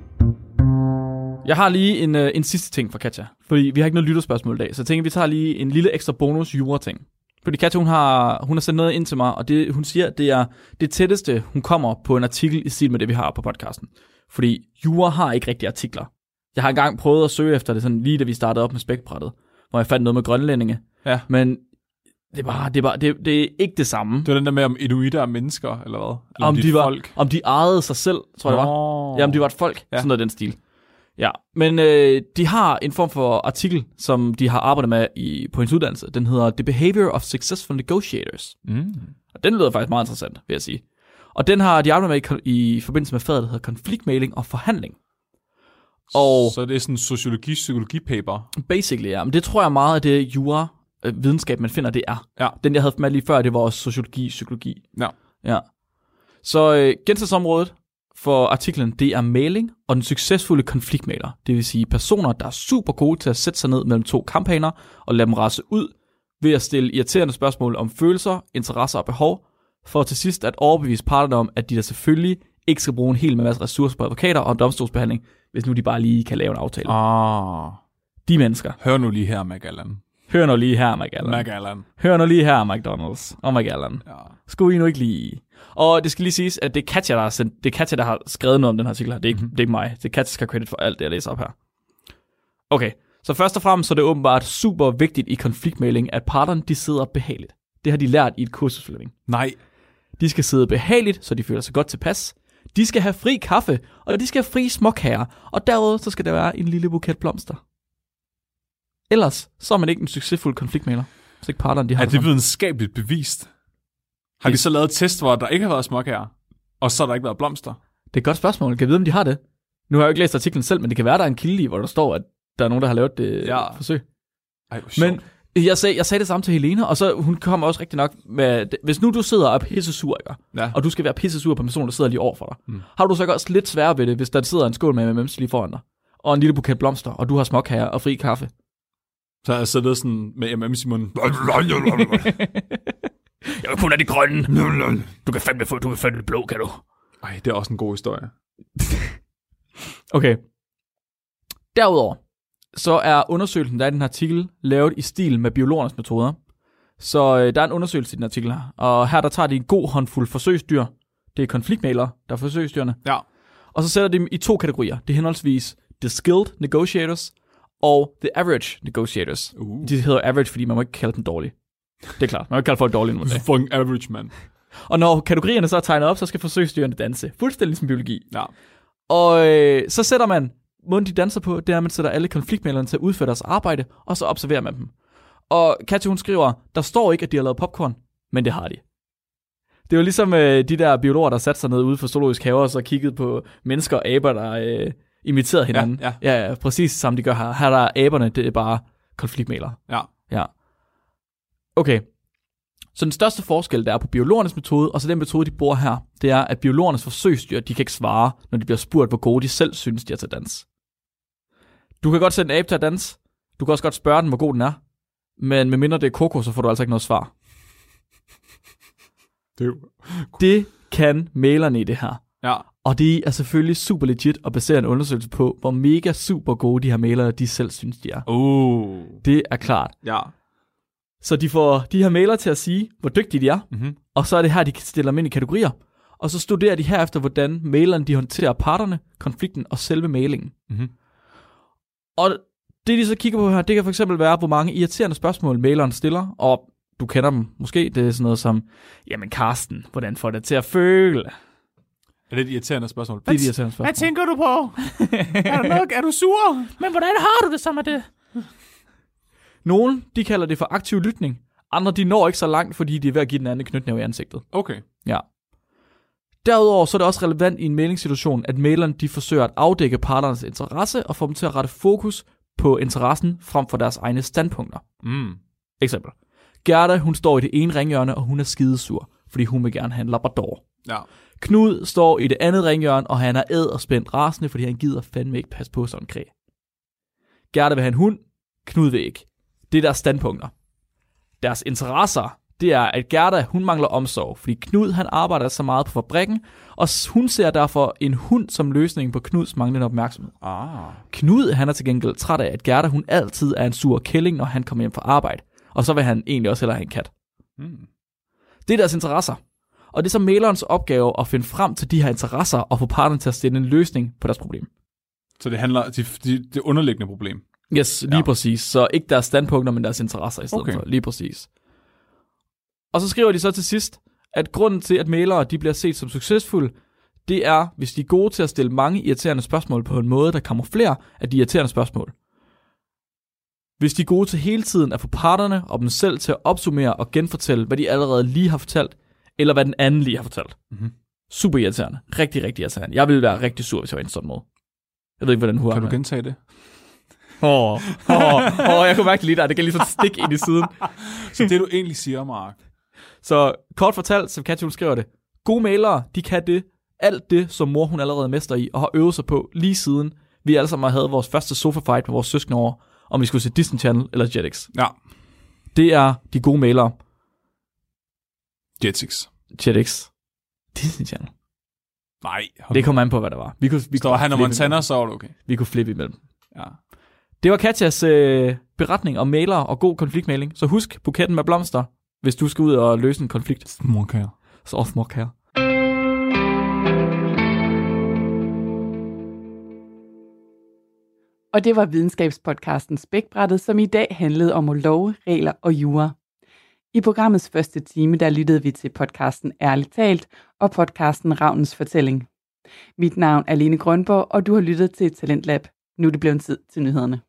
Jeg har lige en sidste ting fra Katja, fordi vi har ikke noget lytterspørgsmål i dag, så jeg tænker, vi tager lige en lille ekstra bonus jura-ting. Fordi Katja, hun har sendt noget ind til mig, og hun siger, at det er det tætteste, hun kommer på en artikel i stil med det, vi har på podcasten. Fordi jura har ikke rigtige artikler. Jeg har engang prøvet at søge efter det, sådan lige da vi startede op med spækbrættet, hvor jeg fandt noget med grønlændinge. Ja. Men det er ikke det samme. Det var den der med, om inuitter er mennesker, eller hvad? Eller om de ejede sig selv, tror jeg det var. Ja, om de var et folk, sådan noget den stil. Ja, men de har en form for artikel, som de har arbejdet med på hendes uddannelse. Den hedder The Behavior of Successful Negotiators. Og den lyder faktisk meget interessant, vil jeg sige. Og den har de arbejdet med i forbindelse med faget, der hedder konfliktmægling og forhandling. Og så det er sådan en psykologi-paper? Basically, ja. Men det tror jeg meget af det jura-videnskab, man finder, det er. Ja. Den, jeg havde med lige før, det var også psykologi. Ja. Så genstandsområdet for artiklen, det er mægling og den succesfulde konfliktmægler. Det vil sige personer, der er super gode til at sætte sig ned mellem to kamphaner og lade dem rase ud ved at stille irriterende spørgsmål om følelser, interesser og behov, for til sidst at overbevise parterne om, at de der selvfølgelig ikke skal bruge en hel masse ressourcer på advokater og domstolsbehandling, hvis nu de bare lige kan lave en aftale. De mennesker. Hør nu lige her, McAllen. Hør nu lige her, McDonald's og McAllen. Ja. Skulle I nu ikke lige... Og det skal lige siges, at det er Katja, der har skrevet noget om den her artikel her. Det er ikke mig. Det er Katja, der skal have credit for alt det, jeg læser op her. Okay, så først og fremmest så er det åbenbart super vigtigt i konfliktmægling, at parterne de sidder behageligt. Det har de lært i et kursus, Flemming. Nej. De skal sidde behageligt, så de føler sig godt tilpas. De skal have fri kaffe, og de skal have fri småkager. Og derudover så skal der være en lille buket blomster. Ellers så er man ikke en succesfuld konfliktmægler. Så ikke parterne, de har Er det videnskabeligt bevist? Har de så lavet et test, hvor der ikke har været småkager, og så har der ikke været blomster? Det er et godt spørgsmål. Kan jeg vide, om de har det? Nu har jeg jo ikke læst artiklen selv, men det kan være, der er en kilde i, hvor der står, at der er nogen, der har lavet det forsøg. Ej, men jeg sagde det samme til Helene, og så hun kommer også rigtig nok med, hvis nu du sidder og er pissesur, og du skal være pissesur på en person, der sidder lige over for dig, har du så også lidt sværere ved det, hvis der sidder en skål med M&M's lige foran dig, og en lille buket blomster, og du har småkager og fri kaffe? Så jeg sidder sådan med M&M's i munden. Jeg vil kun have de grønne. Du kan fandme det blå, kan du? Ej, det er også en god historie. Okay. Derudover, så er undersøgelsen, der er i den her artikel, lavet i stil med biologernes metoder. Så der er en undersøgelse i den artikel her. Og her der tager de en god håndfuld forsøgsdyr. Det er konfliktmæglere, der er forsøgsdyrene. Ja. Og så sætter de dem i 2 kategorier. Det er henholdsvis the skilled negotiators og the average negotiators. De hedder average, fordi man må ikke kalde dem dårlige. Det er klart. Man må ikke kalde folk dårlige. Fucking average, man. Og når kategorierne så er tegnet op, så skal forsøgsdyrene danse. Fuldstændig som biologi. Ja. Og så sætter man, måden de danser på, det er, at man sætter alle konfliktmæglerne til at udføre deres arbejde, og så observerer man dem. Og Katja, hun skriver, der står ikke, at de har lavet popcorn, men det har de. Det var ligesom de der biologer, der satte sig ned ude for zoologisk have, og så kiggede på mennesker og aber, der imiterede hinanden. Ja, præcis som de gør her. Her der er aberne, det er bare konfliktmæglere. Ja. Okay. Så den største forskel, der er på biologernes metode, og så den metode, de bruger her, det er, at biologernes forsøgsdyr, de kan ikke svare, når de bliver spurgt, hvor gode de selv synes, de er til dans. Du kan godt sætte en abe til at danse. Du kan også godt spørge den, hvor god den er. Men medmindre det er koko, så får du altså ikke noget svar. Det kan mælerne i det her. Ja. Og det er selvfølgelig super legit at basere en undersøgelse på, hvor mega super gode de her mælere, de selv synes, de er. Det er klart. Ja. Så de får de her mælere til at sige, hvor dygtige de er, og så er det her, de stiller dem ind i kategorier, og så studerer de herefter, hvordan mælerne de håndterer parterne, konflikten og selve mælingen. Og det, de så kigger på her, det kan for eksempel være, hvor mange irriterende spørgsmål mæleren stiller, og du kender dem måske, det er sådan noget som, jamen Karsten, hvordan får det til at føle? Er det et irriterende spørgsmål? Det er et irriterende spørgsmål. Hvad tænker du på? Er du sur? Men hvordan har du det så med det? Nogle, de kalder det for aktiv lytning. Andre, de når ikke så langt, fordi de er ved at give den anden knytnæve i ansigtet. Okay. Ja. Derudover så er det også relevant i en mæglingssituation, at mælerne de forsøger at afdække parternes interesse og få dem til at rette fokus på interessen frem for deres egne standpunkter. Eksempel. Gerda, hun står i det ene ringhjørne, og hun er skidesur, fordi hun vil gerne have en labrador. Ja. Knud står i det andet ringhjørne, og han er æderspændt rasende, fordi han gider fandme ikke passe på sådan en kræ. Gerda vil have en hund, Knud vil ikke. Det er deres standpunkter. Deres interesser, det er, at Gerda, hun mangler omsorg, fordi Knud, han arbejder så meget på fabrikken, og hun ser derfor en hund som løsning på Knuds manglende opmærksomhed. Knud, han er til gengæld træt af, at Gerda, hun altid er en sur kælling, når han kommer hjem fra arbejde. Og så vil han egentlig også hellere have en kat. Det er deres interesser. Og det er så mæglerens opgave at finde frem til de her interesser og få parterne til at stille en løsning på deres problem. Så det handler det underliggende problem? Yes, lige præcis. Så ikke deres standpunkter, men deres interesser i stedet for. Lige præcis. Og så skriver de så til sidst, at grunden til, at mælere de bliver set som succesfulde, det er, hvis de er gode til at stille mange irriterende spørgsmål på en måde, der kamuflerer af de irriterende spørgsmål. Hvis de er gode til hele tiden at få parterne og dem selv til at opsummere og genfortælle, hvad de allerede lige har fortalt, eller hvad den anden lige har fortalt. Super irriterende. Rigtig, rigtig irriterende. Jeg ville være rigtig sur, hvis jeg var en sådan måde. Jeg ved ikke, hvordan hun Kan du gentage det? Jeg kunne mærke lige der. Det kan lige sådan stik ind i siden. Så det du egentlig siger, Mark. Så kort fortalt, som Katja hun skriver det. Gode mælere, de kan det. Alt det, som mor hun allerede mester i, og har øvet sig på lige siden vi alle sammen havde vores første sofa-fight med vores søskende over, om vi skulle se Disney Channel eller Jetix. Ja. Det er de gode mælere. Jetix. Disney Channel. Nej. Det kom an på, hvad der var. Vi Står han og Montana, så var det okay. Vi kunne flippe imellem. Ja. Det var Katjas beretning om mælere og god konfliktmægling. Så husk buketten med blomster, hvis du skal ud og løse en konflikt. Småkager. Så også småkager. Og det var videnskabspodcasten Spækbrættet, som i dag handlede om love, regler og jura. I programmets første time, der lyttede vi til podcasten Ærligt Talt og podcasten Ravnens Fortælling. Mit navn er Lene Grønborg, og du har lyttet til Talentlab. Nu er det blevet tid til nyhederne.